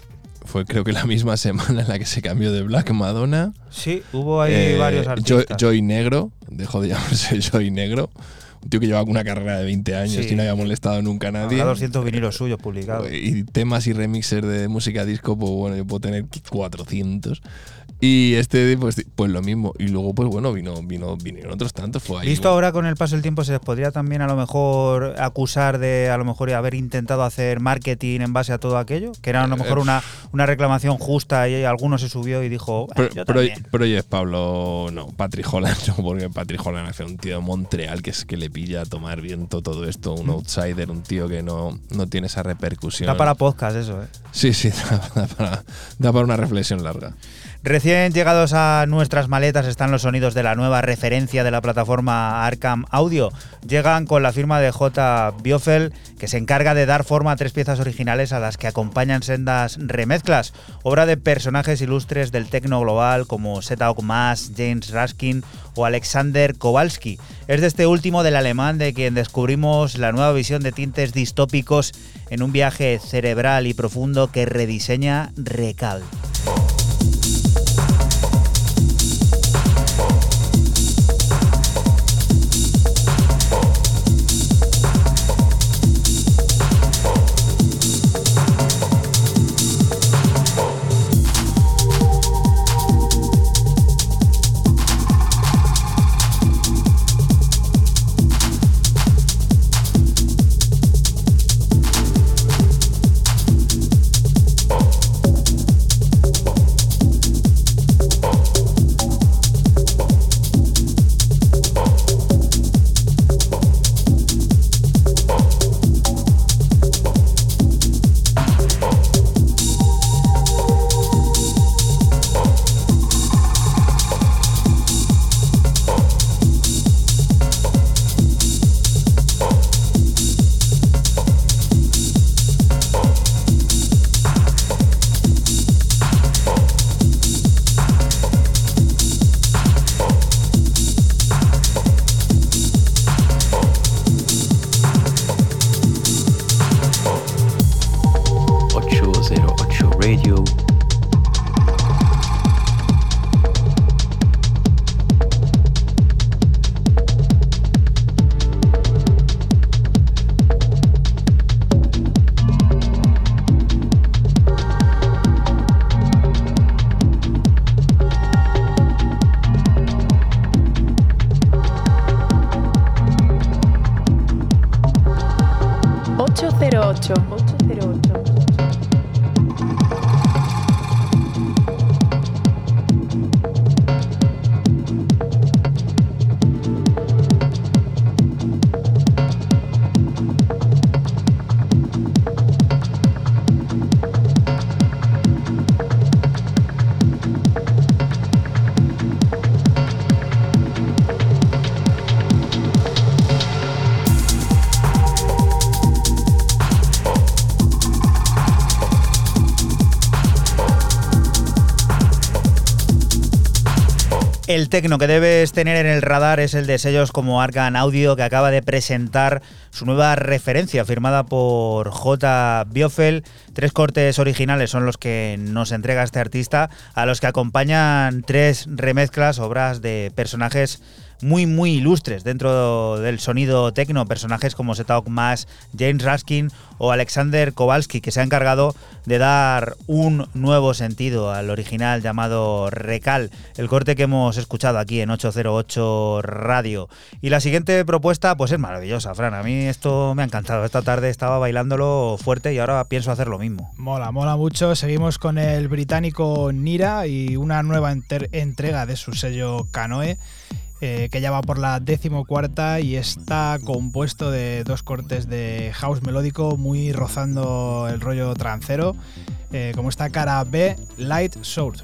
fue creo que la misma semana en la que se cambió de Black Madonna. Sí, hubo ahí Eh, varios Jo- artistas. Joy Negro, dejó de llamarse Joy Negro. Un tío que llevaba una carrera de veinte años Sí. y no había molestado nunca a nadie. Habrá doscientos vinilos suyos publicados. Y temas y remixers de música disco, pues bueno, yo puedo tener cuatrocientos. Y este, pues, pues lo mismo. Y luego, pues bueno, vino, vino, vinieron otros tantos. Fue ahí. Visto ahora con el paso del tiempo, se les podría también a lo mejor acusar de a lo mejor haber intentado hacer marketing en base a todo aquello, que era a lo mejor una, una reclamación justa y alguno se subió y dijo, "Ah, Pro- yo Pro- también". Project Pablo, no. Patrick Holland, no, porque Patrick Holland hace un tío de Montreal que es que le pilla a tomar viento todo esto. Un outsider, un tío que no, no tiene esa repercusión. Da para podcast eso, ¿eh? Sí, sí, da, da para, da para una reflexión larga. Recién llegados a nuestras maletas están los sonidos de la nueva referencia de la plataforma Arkham Audio. Llegan con la firma de J. Biofel, que se encarga de dar forma a tres piezas originales a las que acompañan sendas remezclas, obra de personajes ilustres del tecno global como Zeta Mas, James Raskin o Alexander Kowalski. Es de este último, del alemán, de quien descubrimos la nueva visión de tintes distópicos en un viaje cerebral y profundo que rediseña Recal. cero ocho. ocho cero ocho. El tecno que debes tener en el radar es el de sellos como Argan Audio, que acaba de presentar su nueva referencia firmada por J. Biofel. Tres cortes originales son los que nos entrega este artista, a los que acompañan tres remezclas, obras de personajes muy muy ilustres dentro del sonido tecno, personajes como Setaok Mash, James Raskin o Alexander Kowalski, que se ha encargado de dar un nuevo sentido al original llamado Recal, el corte que hemos escuchado aquí en ocho cero ocho Radio. Y la siguiente propuesta pues es maravillosa, Fran, a mí esto me ha encantado. Esta tarde estaba bailándolo fuerte y ahora pienso hacer lo mismo. Mola, mola mucho. Seguimos con el británico Nira y una nueva enter- entrega de su sello Canoe, Eh, que ya va por la decimocuarta y está compuesto de dos cortes de house melódico muy rozando el rollo trancero, eh, como esta cara B, Light Sword.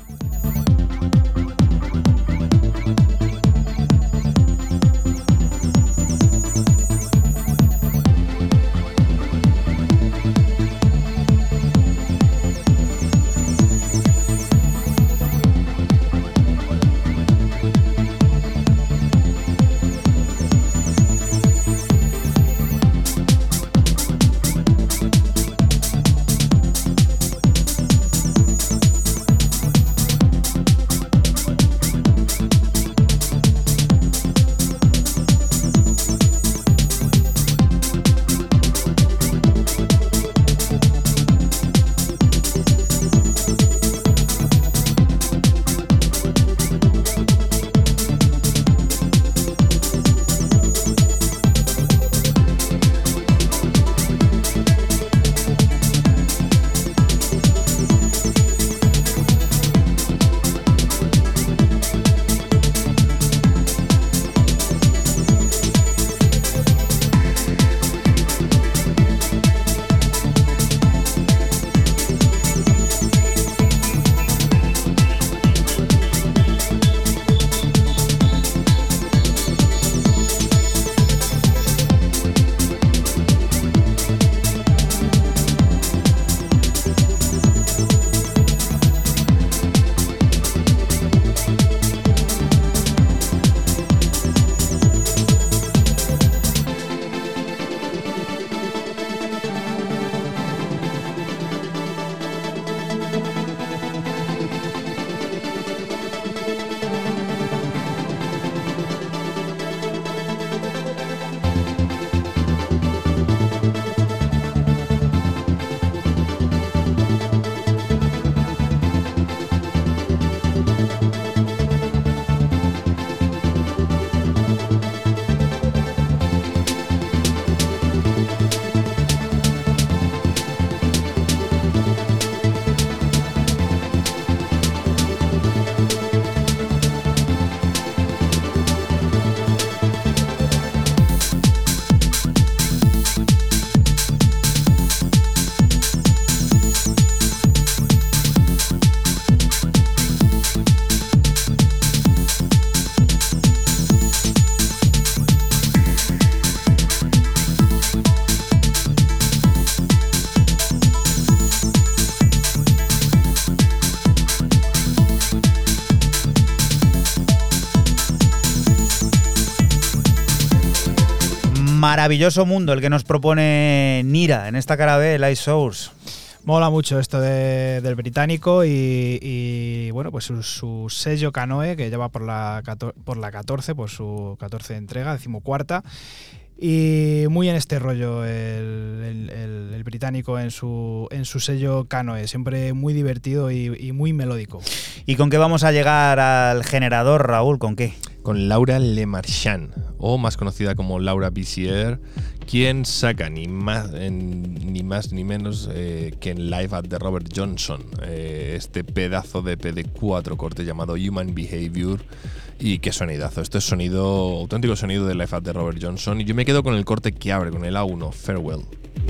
Maravilloso mundo el que nos propone Nira en esta cara B, Light Source. Mola mucho esto de, del británico y, y bueno, pues su, su sello Canoe, que ya va por la, por la catorce, por su catorce entrega, decimocuarta. Y muy en este rollo el, el, el, el británico en su, en su sello Canoe, siempre muy divertido y, y muy melódico. ¿Y con qué vamos a llegar al generador, Raúl? ¿Con qué? Con Laura Lemarchand, o más conocida como Laura Bissiere, quien saca ni más, en, ni, más ni menos eh, que en Live at the Robert Johnson, eh, este pedazo de E P de cuatro cortes llamado Human Behavior. Y qué sonidazo, esto es sonido, auténtico sonido de Live at the Robert Johnson. Y yo me quedo con el corte que abre, con el A uno, Farewell.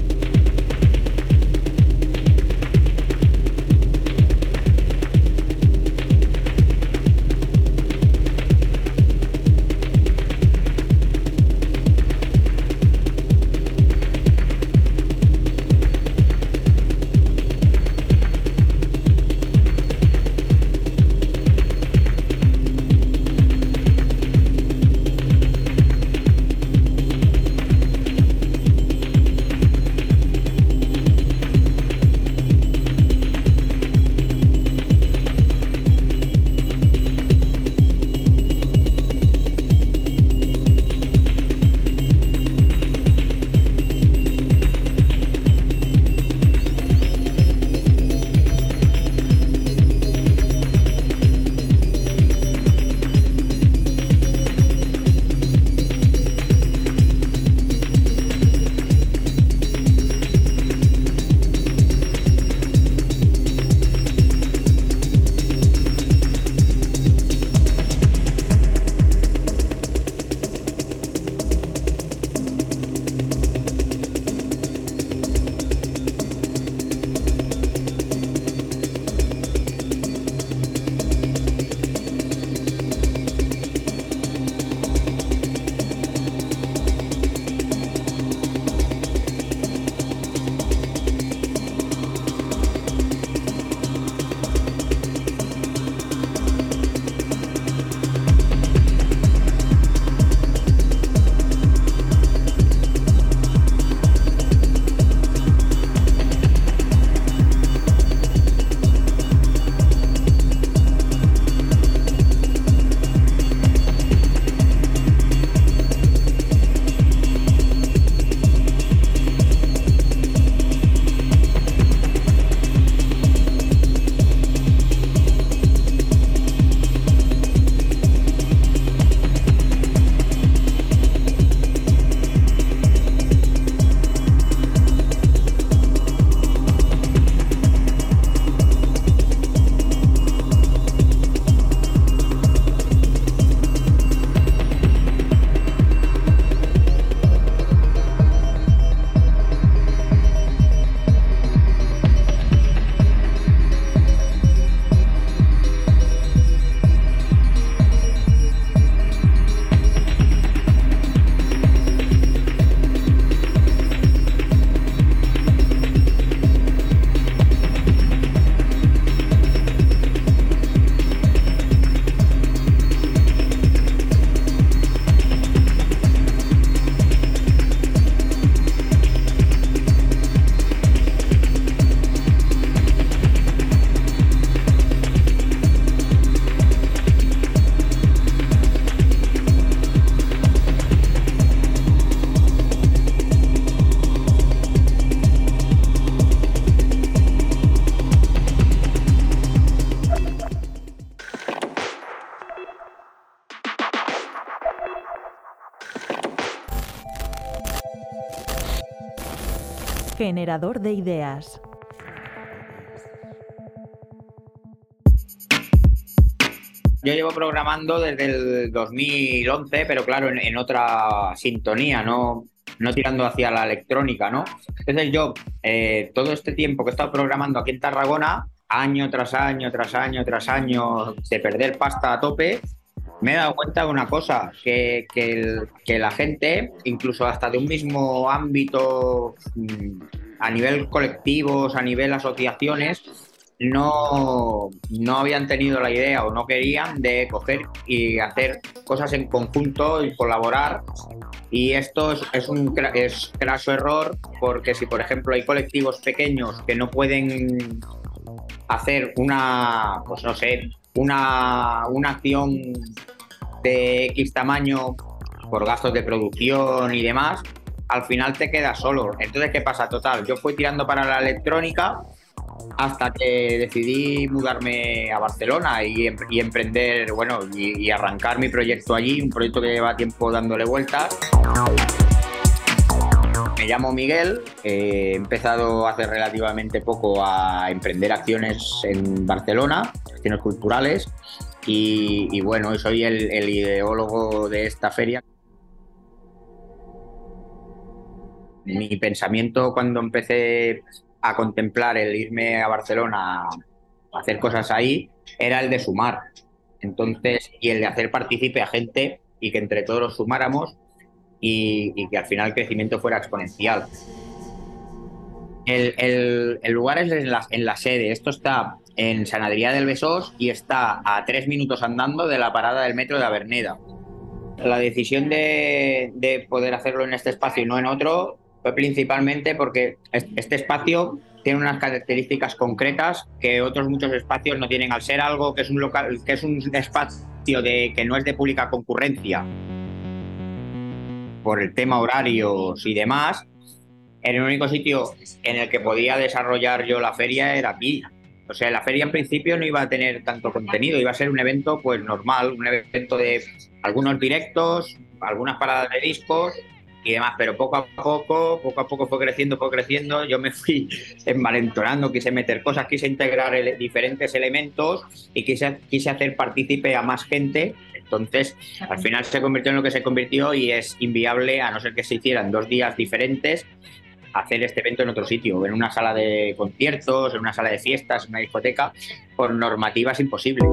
Generador de ideas. Yo llevo programando desde el dos mil once, pero claro, en, en otra sintonía, no, no tirando hacia la electrónica, ¿no? Entonces yo, eh, todo este tiempo que he estado programando aquí en Tarragona, año tras año, tras año, tras año, de perder pasta a tope, me he dado cuenta de una cosa, que, que, el, que la gente, incluso hasta de un mismo ámbito, a nivel colectivos, a nivel asociaciones, no, no habían tenido la idea o no querían de coger y hacer cosas en conjunto y colaborar. Y esto es, es un es craso error, porque si, por ejemplo, hay colectivos pequeños que no pueden hacer una, pues no sé, una, una acción de X tamaño por gastos de producción y demás, al final te quedas solo. Entonces, ¿qué pasa? Total, yo fui tirando para la electrónica hasta que decidí mudarme a Barcelona y, em- y emprender, bueno, y, y arrancar mi proyecto allí, un proyecto que lleva tiempo dándole vueltas. Me llamo Miguel, eh, he empezado hace relativamente poco a emprender acciones en Barcelona, acciones culturales, y, y bueno, soy el, el ideólogo de esta feria. Mi pensamiento cuando empecé a contemplar el irme a Barcelona a hacer cosas ahí era el de sumar. Entonces, y el de hacer partícipe a gente y que entre todos los sumáramos y, y que al final el crecimiento fuera exponencial. El, el, el lugar es en la, en la sede. Esto está en Sant Adrià del Besós y está a tres minutos andando de la parada del metro de Averneda. La decisión de, de poder hacerlo en este espacio y no en otro fue principalmente porque este espacio tiene unas características concretas que otros muchos espacios no tienen, al ser algo que es un local, que es un espacio de, que no es de pública concurrencia por el tema horarios y demás. El único sitio en el que podía desarrollar yo la feria era aquí. O sea, la feria en principio no iba a tener tanto contenido, iba a ser un evento pues normal, un evento de algunos directos, algunas paradas de discos y demás, pero poco a poco, poco a poco fue creciendo, fue creciendo, yo me fui envalentonando, quise meter cosas, quise integrar ele- diferentes elementos y quise, quise hacer partícipe a más gente. Entonces, al final se convirtió en lo que se convirtió y es inviable, a no ser que se hicieran dos días diferentes, hacer este evento en otro sitio, en una sala de conciertos, en una sala de fiestas, en una discoteca. Por normativa es imposible.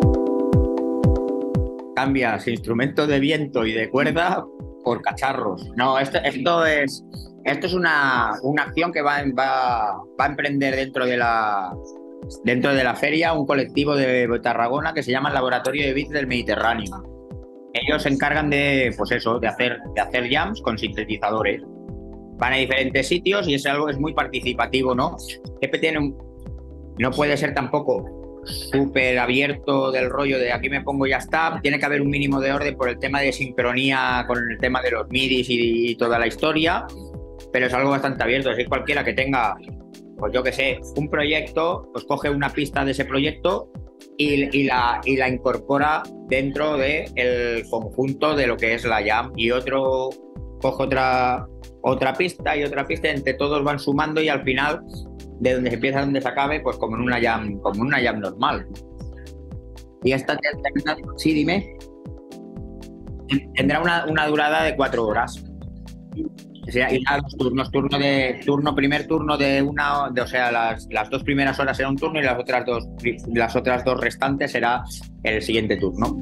Cambias instrumentos de viento y de cuerda por cacharros. No, esto, esto es esto es una, una acción que va, va, va a emprender dentro de la dentro de la feria un colectivo de Tarragona que se llama el Laboratorio de Beats del Mediterráneo. Ellos se encargan de, pues eso, de hacer, de hacer jams con sintetizadores. Van a diferentes sitios y es algo que es muy participativo, ¿no? Siempre tiene un, no puede ser tampoco súper abierto del rollo de aquí me pongo y ya está. Tiene que haber un mínimo de orden por el tema de sincronía con el tema de los midis y, y toda la historia, pero es algo bastante abierto. Así cualquiera que tenga, pues yo que sé, un proyecto, pues coge una pista de ese proyecto y, y, la, y la incorpora dentro del conjunto de lo que es la jam, y otro coge otra, otra pista y otra pista, entre todos van sumando y al final de donde se empieza a donde se acabe, pues como en una jam, como en una jam normal. Y esta sí, dime, tendrá una, una durada de cuatro horas. O sea, y dos turnos, turno de turno, primer turno de una, de, o sea, las, las dos primeras horas será un turno y las otras dos, las otras dos restantes será el siguiente turno.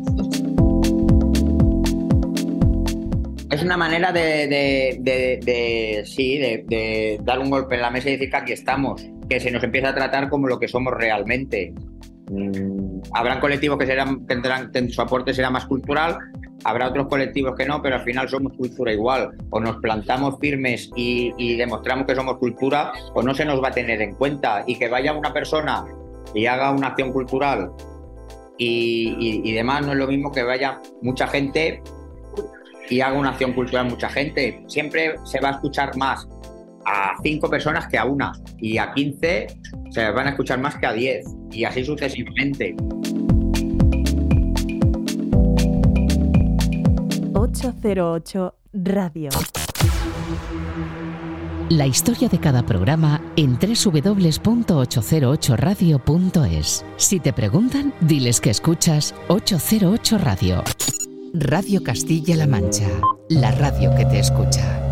Es una manera de, de, de, de sí, de, de dar un golpe en la mesa y decir que aquí estamos, que se nos empieza a tratar como lo que somos realmente. Mm, habrán colectivos que serán, tendrán, su aporte será más cultural, habrá otros colectivos que no, pero al final somos cultura igual. O nos plantamos firmes y, y demostramos que somos cultura, o no se nos va a tener en cuenta. Y que vaya una persona y haga una acción cultural y, y, y demás, no es lo mismo que vaya mucha gente y haga una acción cultural mucha gente. Siempre se va a escuchar más a cinco personas que a una, y a quince se van a escuchar más que a diez, y así sucesivamente. ocho cero ocho Radio. La historia de cada programa en doble u doble u doble u punto ocho cero ocho radio punto es. Si te preguntan, diles que escuchas ocho cero ocho Radio. Radio Castilla-La Mancha, la radio que te escucha.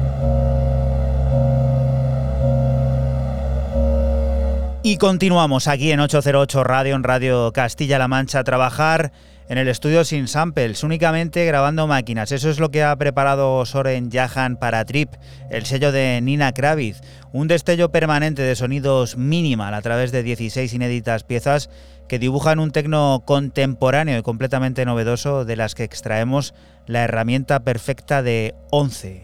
Y continuamos aquí en ocho cero ocho Radio, en Radio Castilla-La Mancha, a trabajar en el estudio sin samples, únicamente grabando máquinas. Eso es lo que ha preparado Soren Jahan para Trip, el sello de Nina Kravitz. Un destello permanente de sonidos minimal a través de dieciséis inéditas piezas que dibujan un tecno contemporáneo y completamente novedoso, de las que extraemos la herramienta perfecta de once.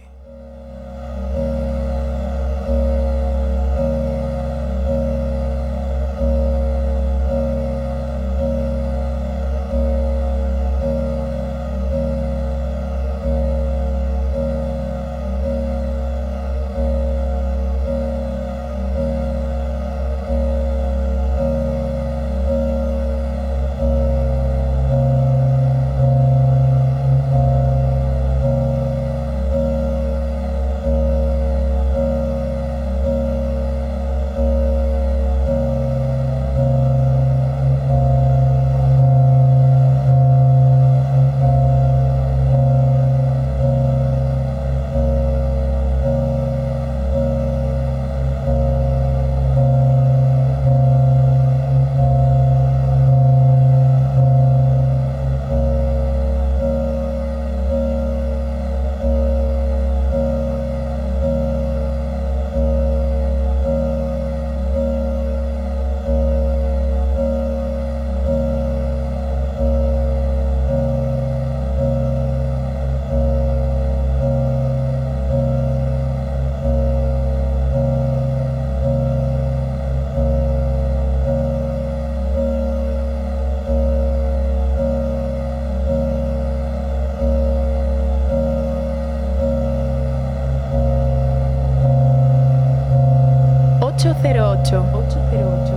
ocho cero ocho. ocho cero ocho.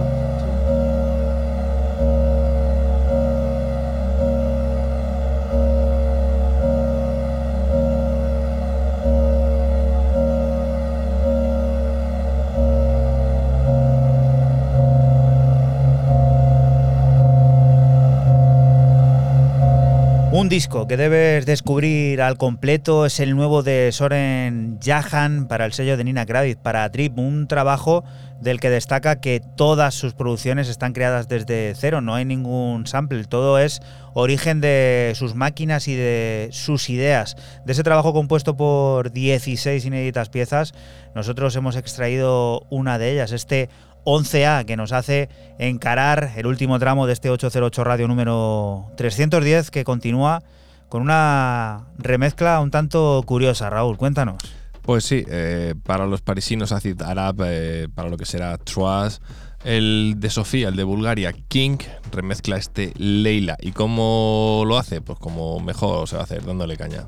Un disco que debes descubrir al completo es el nuevo de Soren Jahan para el sello de Nina Kravitz, para Trip, un trabajo del que destaca que todas sus producciones están creadas desde cero, no hay ningún sample, todo es origen de sus máquinas y de sus ideas. De ese trabajo compuesto por dieciséis inéditas piezas, nosotros hemos extraído una de ellas, este once A, que nos hace encarar el último tramo de este ocho cero ocho Radio número trescientos diez, que continúa con una remezcla un tanto curiosa. Raúl, cuéntanos. Pues sí, eh, para los parisinos Acid Arab, eh, para lo que será Trois, el de Sofía, el de Bulgaria, King, remezcla este Leila. ¿Y cómo lo hace? Pues como mejor se va a hacer, dándole caña.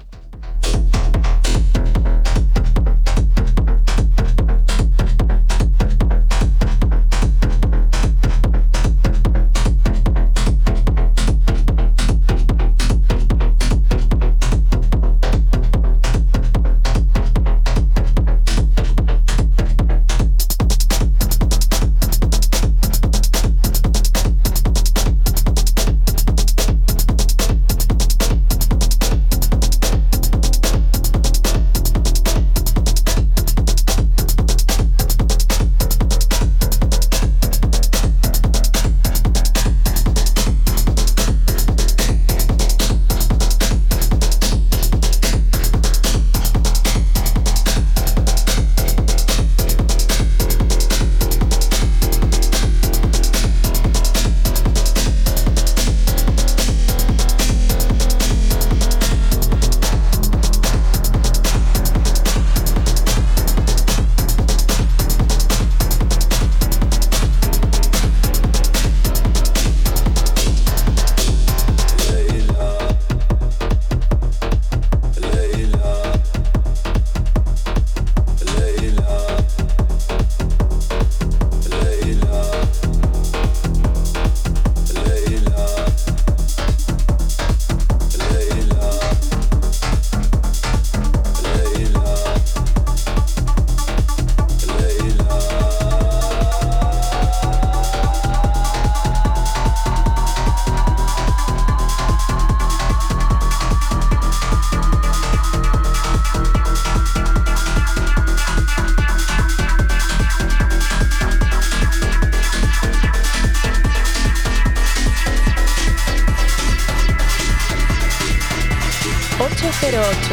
ocho cero ocho.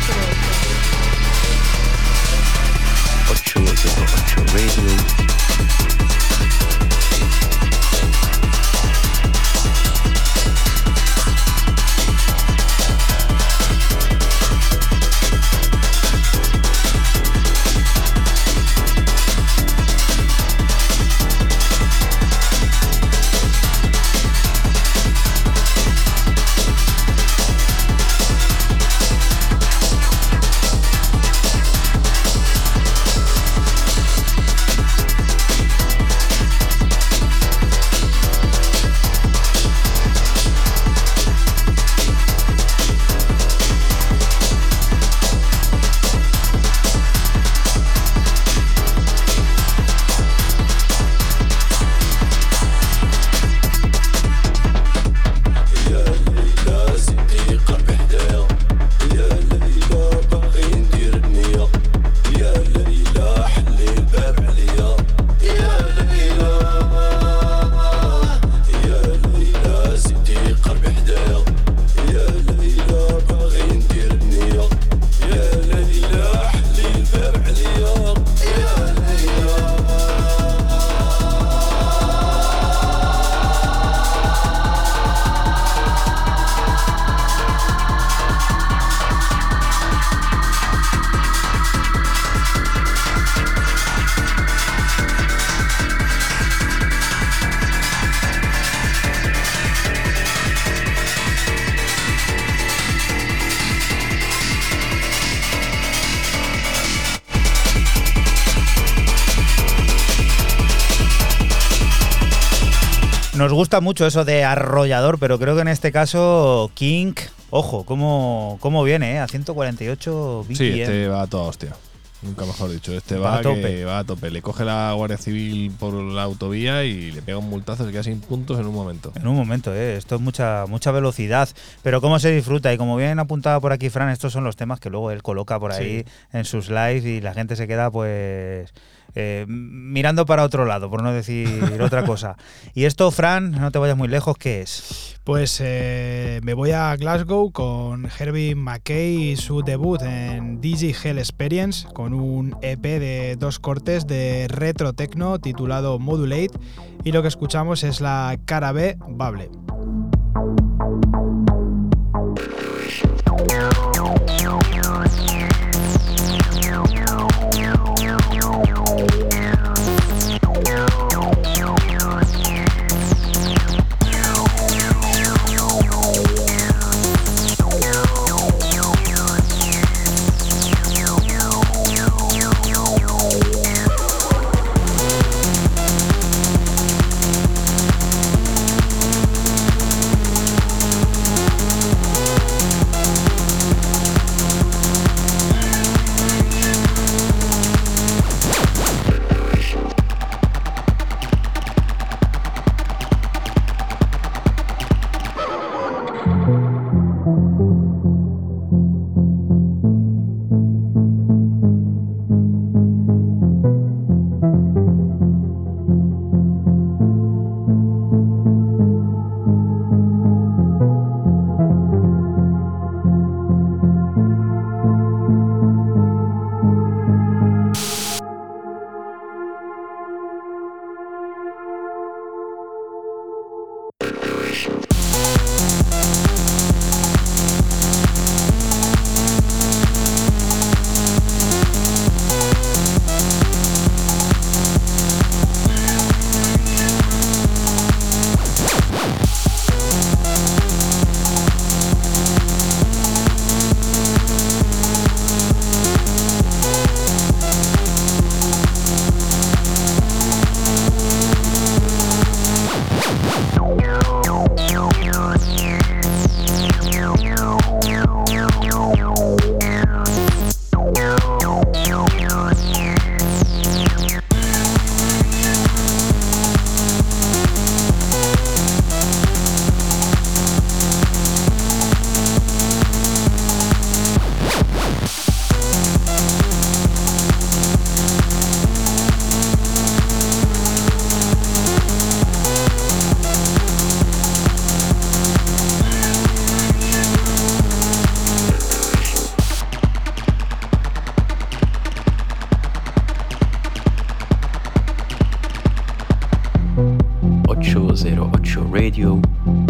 ocho cero ocho Radio. Nos gusta mucho eso de arrollador, pero creo que en este caso King, ojo, cómo, cómo viene, ¿eh? A ciento cuarenta y ocho B P M. Sí, este va a toda hostia. Nunca mejor dicho. Este Va va, a tope. que va a tope. Le coge la Guardia Civil por la autovía y le pega un multazo, se queda sin puntos en un momento. En un momento, ¿eh? Esto es mucha, mucha velocidad, pero cómo se disfruta. Y como bien apuntaba por aquí Fran, estos son los temas que luego él coloca por ahí Sí. en sus lives y la gente se queda pues eh, mirando para otro lado, por no decir otra cosa. Y esto, Fran, no te vayas muy lejos, ¿qué es? Pues eh, me voy a Glasgow con Herbie McKay y su debut en D J Hell Experience con un E P de dos cortes de retro techno titulado Modulate, y lo que escuchamos es la cara B, Bable. ocho cero ocho Radio.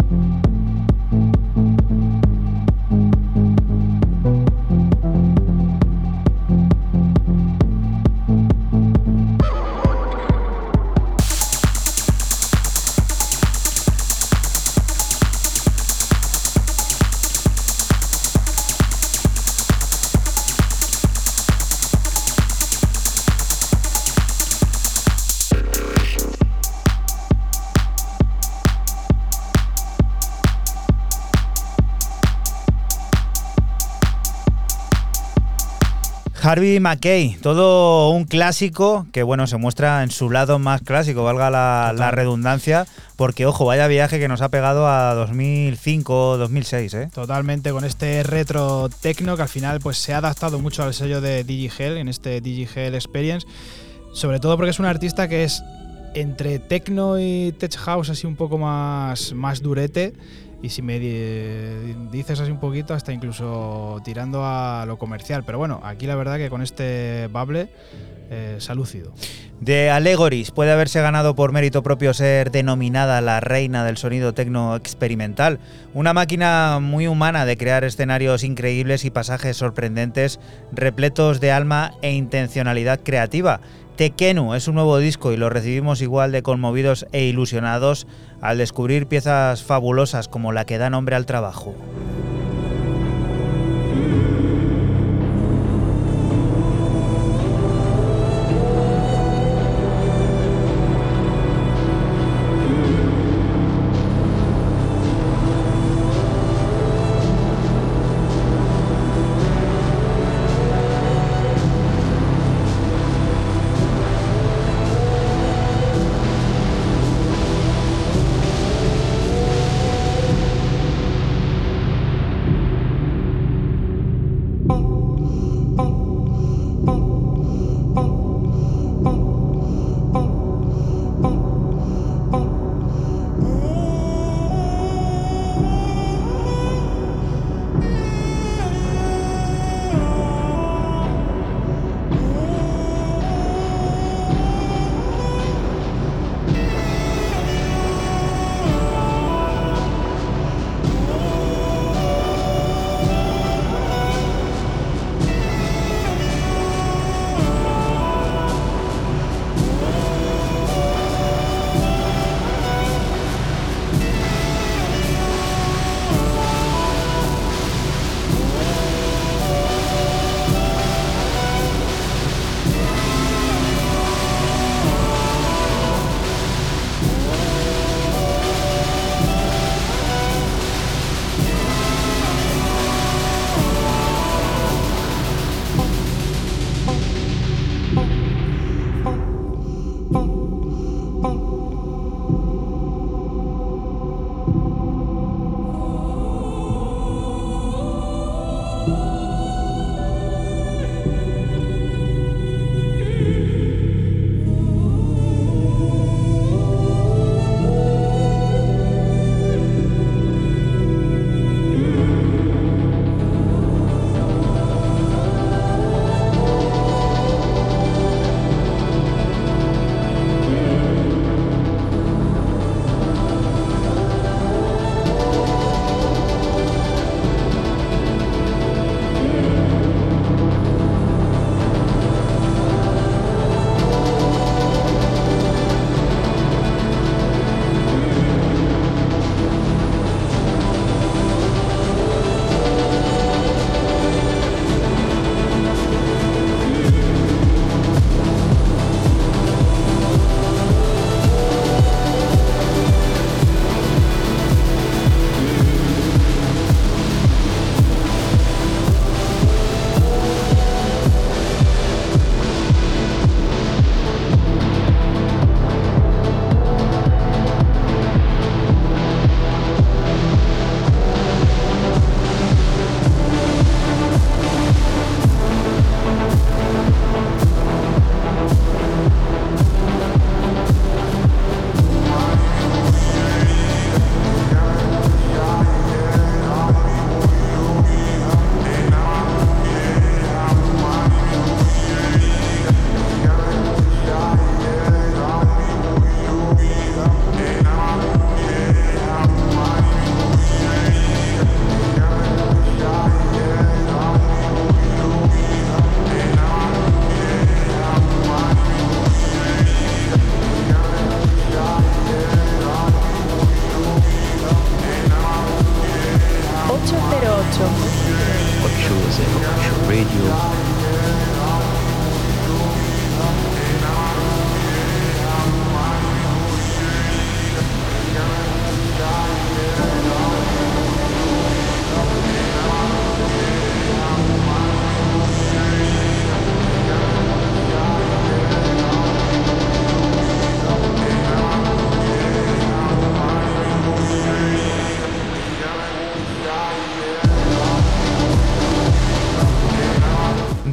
Herbie McKay, todo un clásico que bueno, se muestra en su lado más clásico, valga la, la redundancia, porque ojo, vaya viaje que nos ha pegado a dos mil cinco, dos mil seis, ¿eh? Totalmente, con este retro techno que al final pues se ha adaptado mucho al sello de D J Hell, en este D J Hell Experience, sobre todo porque es un artista que es entre techno y tech house así un poco más, más durete, y si me di- dices así un poquito hasta incluso tirando a lo comercial, pero bueno, aquí la verdad que con este Bable eh, se ha lucido. De Allegories puede haberse ganado por mérito propio ser denominada la reina del sonido tecno experimental, una máquina muy humana de crear escenarios increíbles y pasajes sorprendentes repletos de alma e intencionalidad creativa. Tekenu es un nuevo disco y lo recibimos igual de conmovidos e ilusionados al descubrir piezas fabulosas como la que da nombre al trabajo.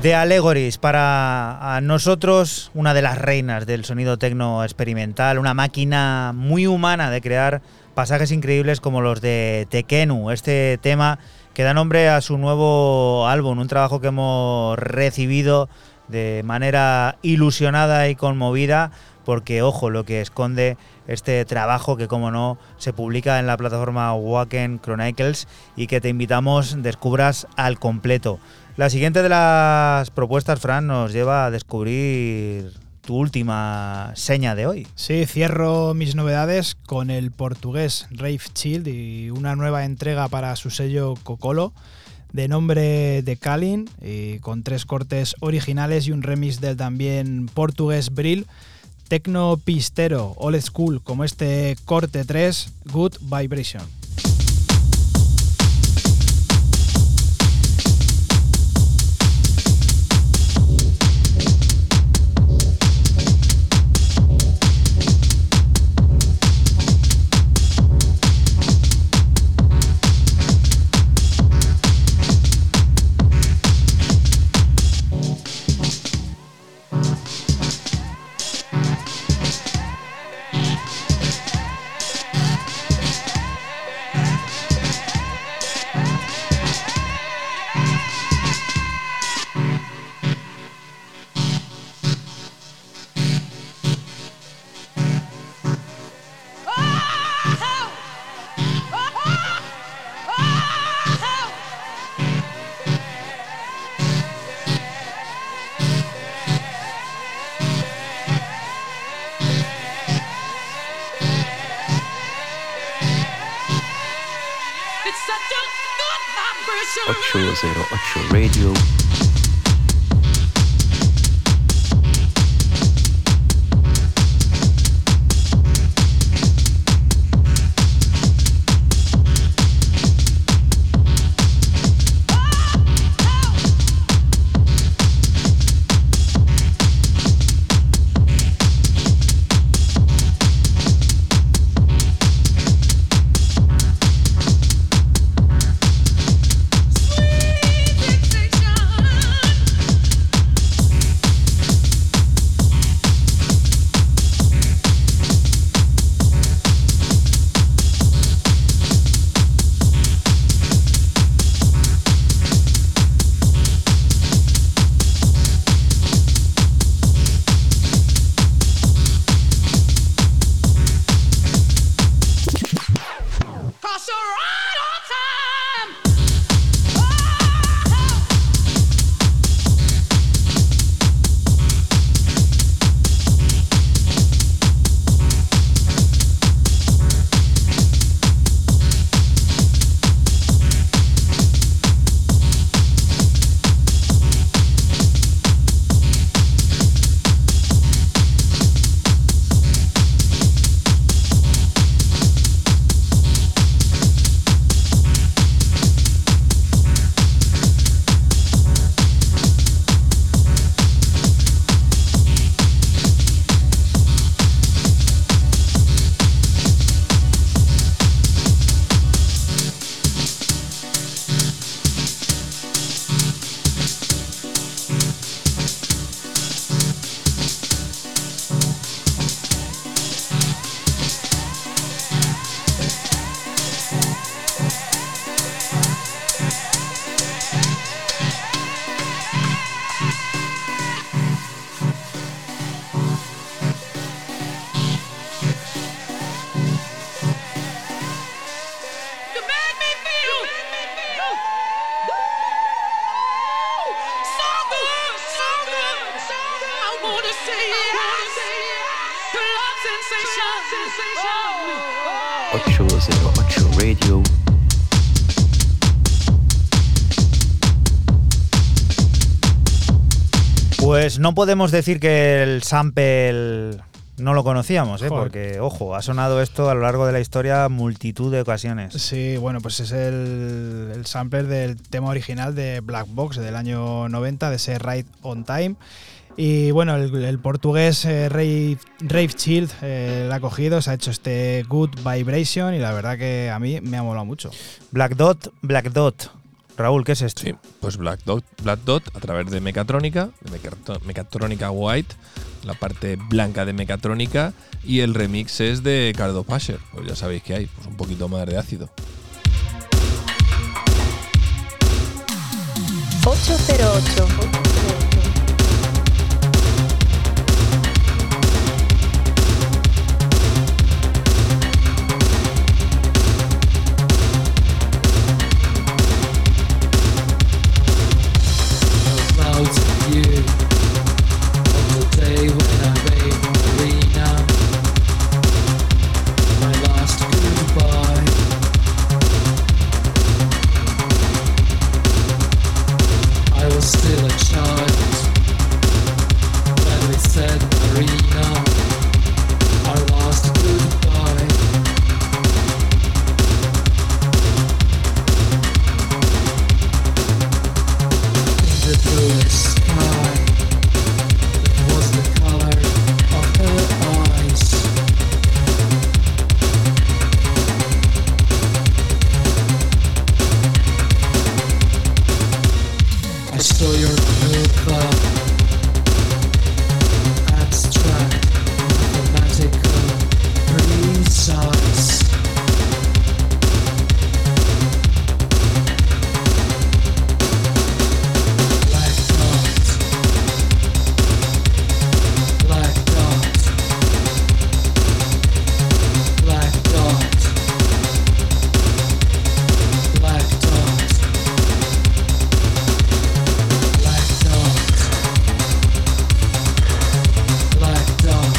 The Allegories, para a nosotros una de las reinas del sonido tecno experimental, una máquina muy humana de crear pasajes increíbles como los de Tekenu, este tema que da nombre a su nuevo álbum, un trabajo que hemos recibido de manera ilusionada y conmovida, porque ojo lo que esconde este trabajo que, como no, se publica en la plataforma Wacken Chronicles y que te invitamos descubras al completo. La siguiente de las propuestas, Fran, nos lleva a descubrir tu última seña de hoy. Sí, cierro mis novedades con el portugués Rave Child y una nueva entrega para su sello Cocolo de nombre The Calling, y con tres cortes originales y un remix del también portugués Brill, tecno pistero old school como este corte tres, Good Vibration. ocho cero ocho Radio. ocho cero ocho Radio. Pues no podemos decir que el sample no lo conocíamos, ¿eh? Porque, ojo, ha sonado esto a lo largo de la historia multitud de ocasiones. Sí, bueno, pues es el, el sampler del tema original de Black Box del año noventa, de ese Ride on Time. Y bueno, el, el portugués eh, Rave, Rave Child eh, la ha cogido, se ha hecho este Good Vibration y la verdad que a mí me ha molado mucho. Black Dot, Black Dot. Raúl, ¿qué es esto? Sí, pues Black Dot, Black Dot a través de Mechatronica, de Mechato- Mechatronica White, la parte blanca de Mechatronica, y el remix es de Cardo Pasher. Pues ya sabéis que hay, pues un poquito más de ácido. ocho cero ocho. Clouds of you on the day when I made Marina my last goodbye. I was still a child when we said Marina our last goodbye. In the bluest sky, it was the color of her eyes. I saw your manuka, abstract, mathematical, precise. Black dot, black dot, black dot, black dot, black dot, black dot,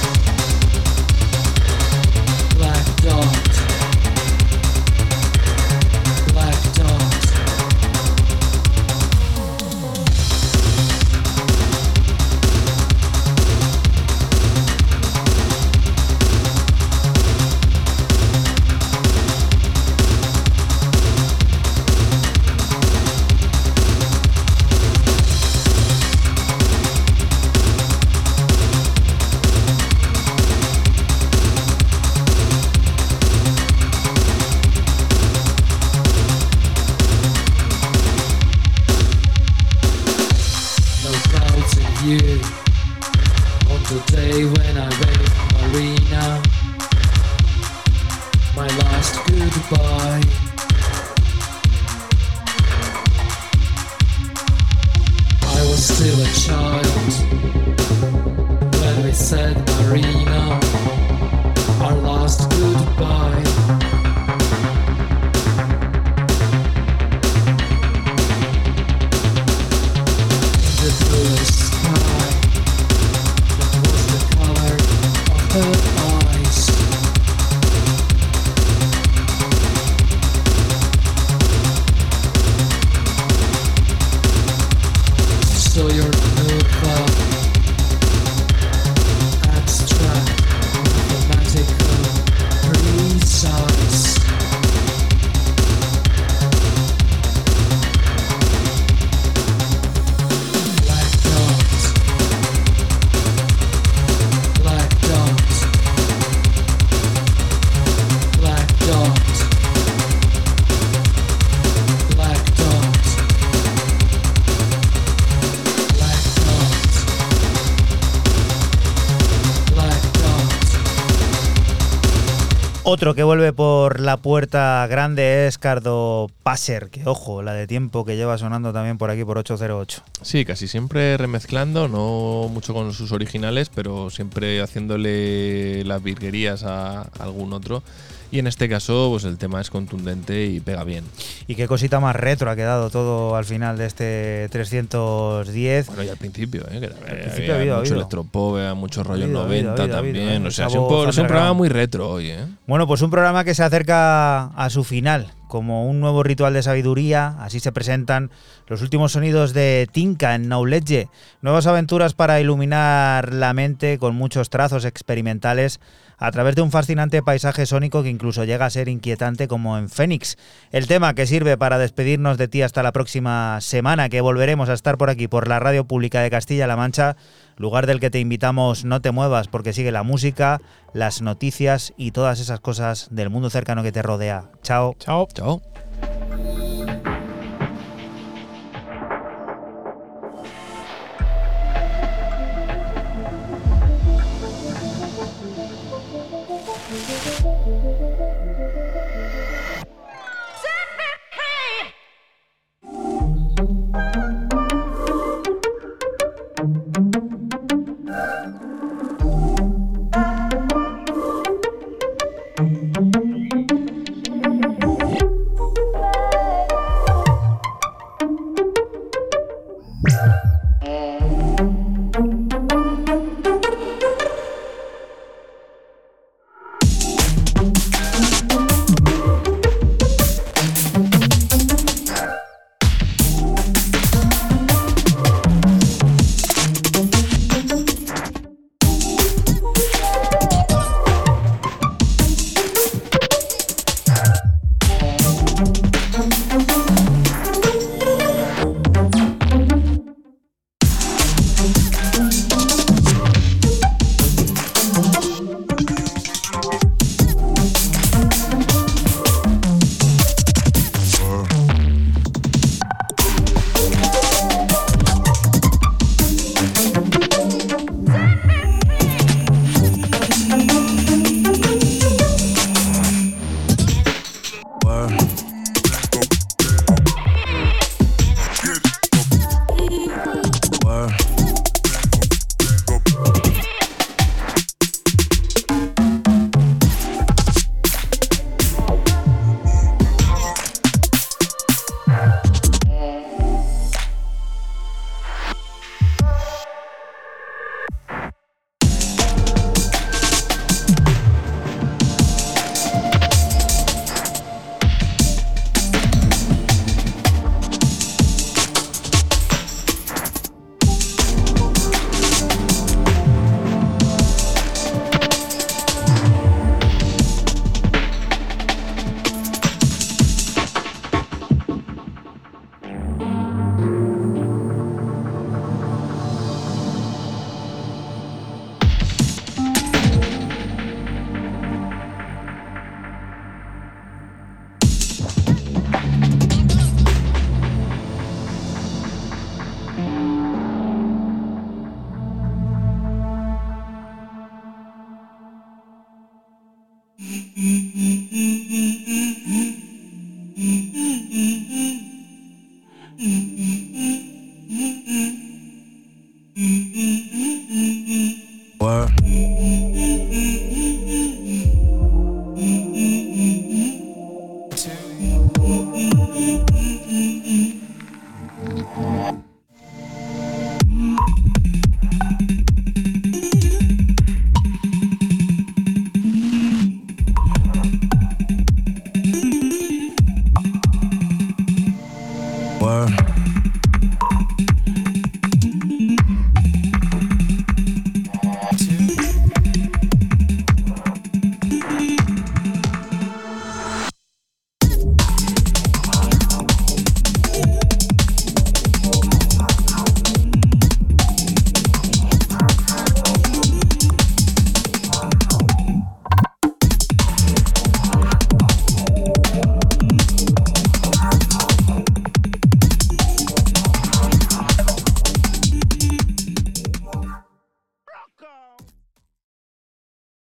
black dot, black dot. No clouds in you on the day when I made Marina my last goodbye. I was still a child when we said Marina our last goodbye. The bluest sky, that was the color of her eyes. So your manuka, abstract, mathematical, precise. Black dot, black dot, black dot, black dot, black dot, black dot. Otro que vuelve por la puerta grande es Cardo Passer, que ojo, la de tiempo que lleva sonando también por aquí por ocho cero ocho. Sí, casi siempre remezclando, no mucho con sus originales, pero siempre haciéndole las virguerías a algún otro. Y en este caso, pues el tema es contundente y pega bien. Y qué cosita más retro ha quedado todo al final de este trescientos diez. Bueno, y al principio, ¿eh? Que Al había, principio había ha habido, mucho ha habido. electropop, había mucho rollo Ha habido, ha noventa habido, ha habido, también. ha habido, O sea, esa es un, voz po- es un underground. programa muy retro hoy, ¿eh? Bueno, pues un programa que se acerca a su final, como un nuevo ritual de sabiduría. Así se presentan los últimos sonidos de Tinka en Knowledge. Nuevas aventuras para iluminar la mente con muchos trazos experimentales a través de un fascinante paisaje sónico que incluso llega a ser inquietante, como en Phoenix. El tema que sirve para despedirnos de ti hasta la próxima semana, que volveremos a estar por aquí, por la Radio Pública de Castilla-La Mancha, lugar del que te invitamos no te muevas, porque sigue la música, las noticias y todas esas cosas del mundo cercano que te rodea. Chao. Chao. Chao.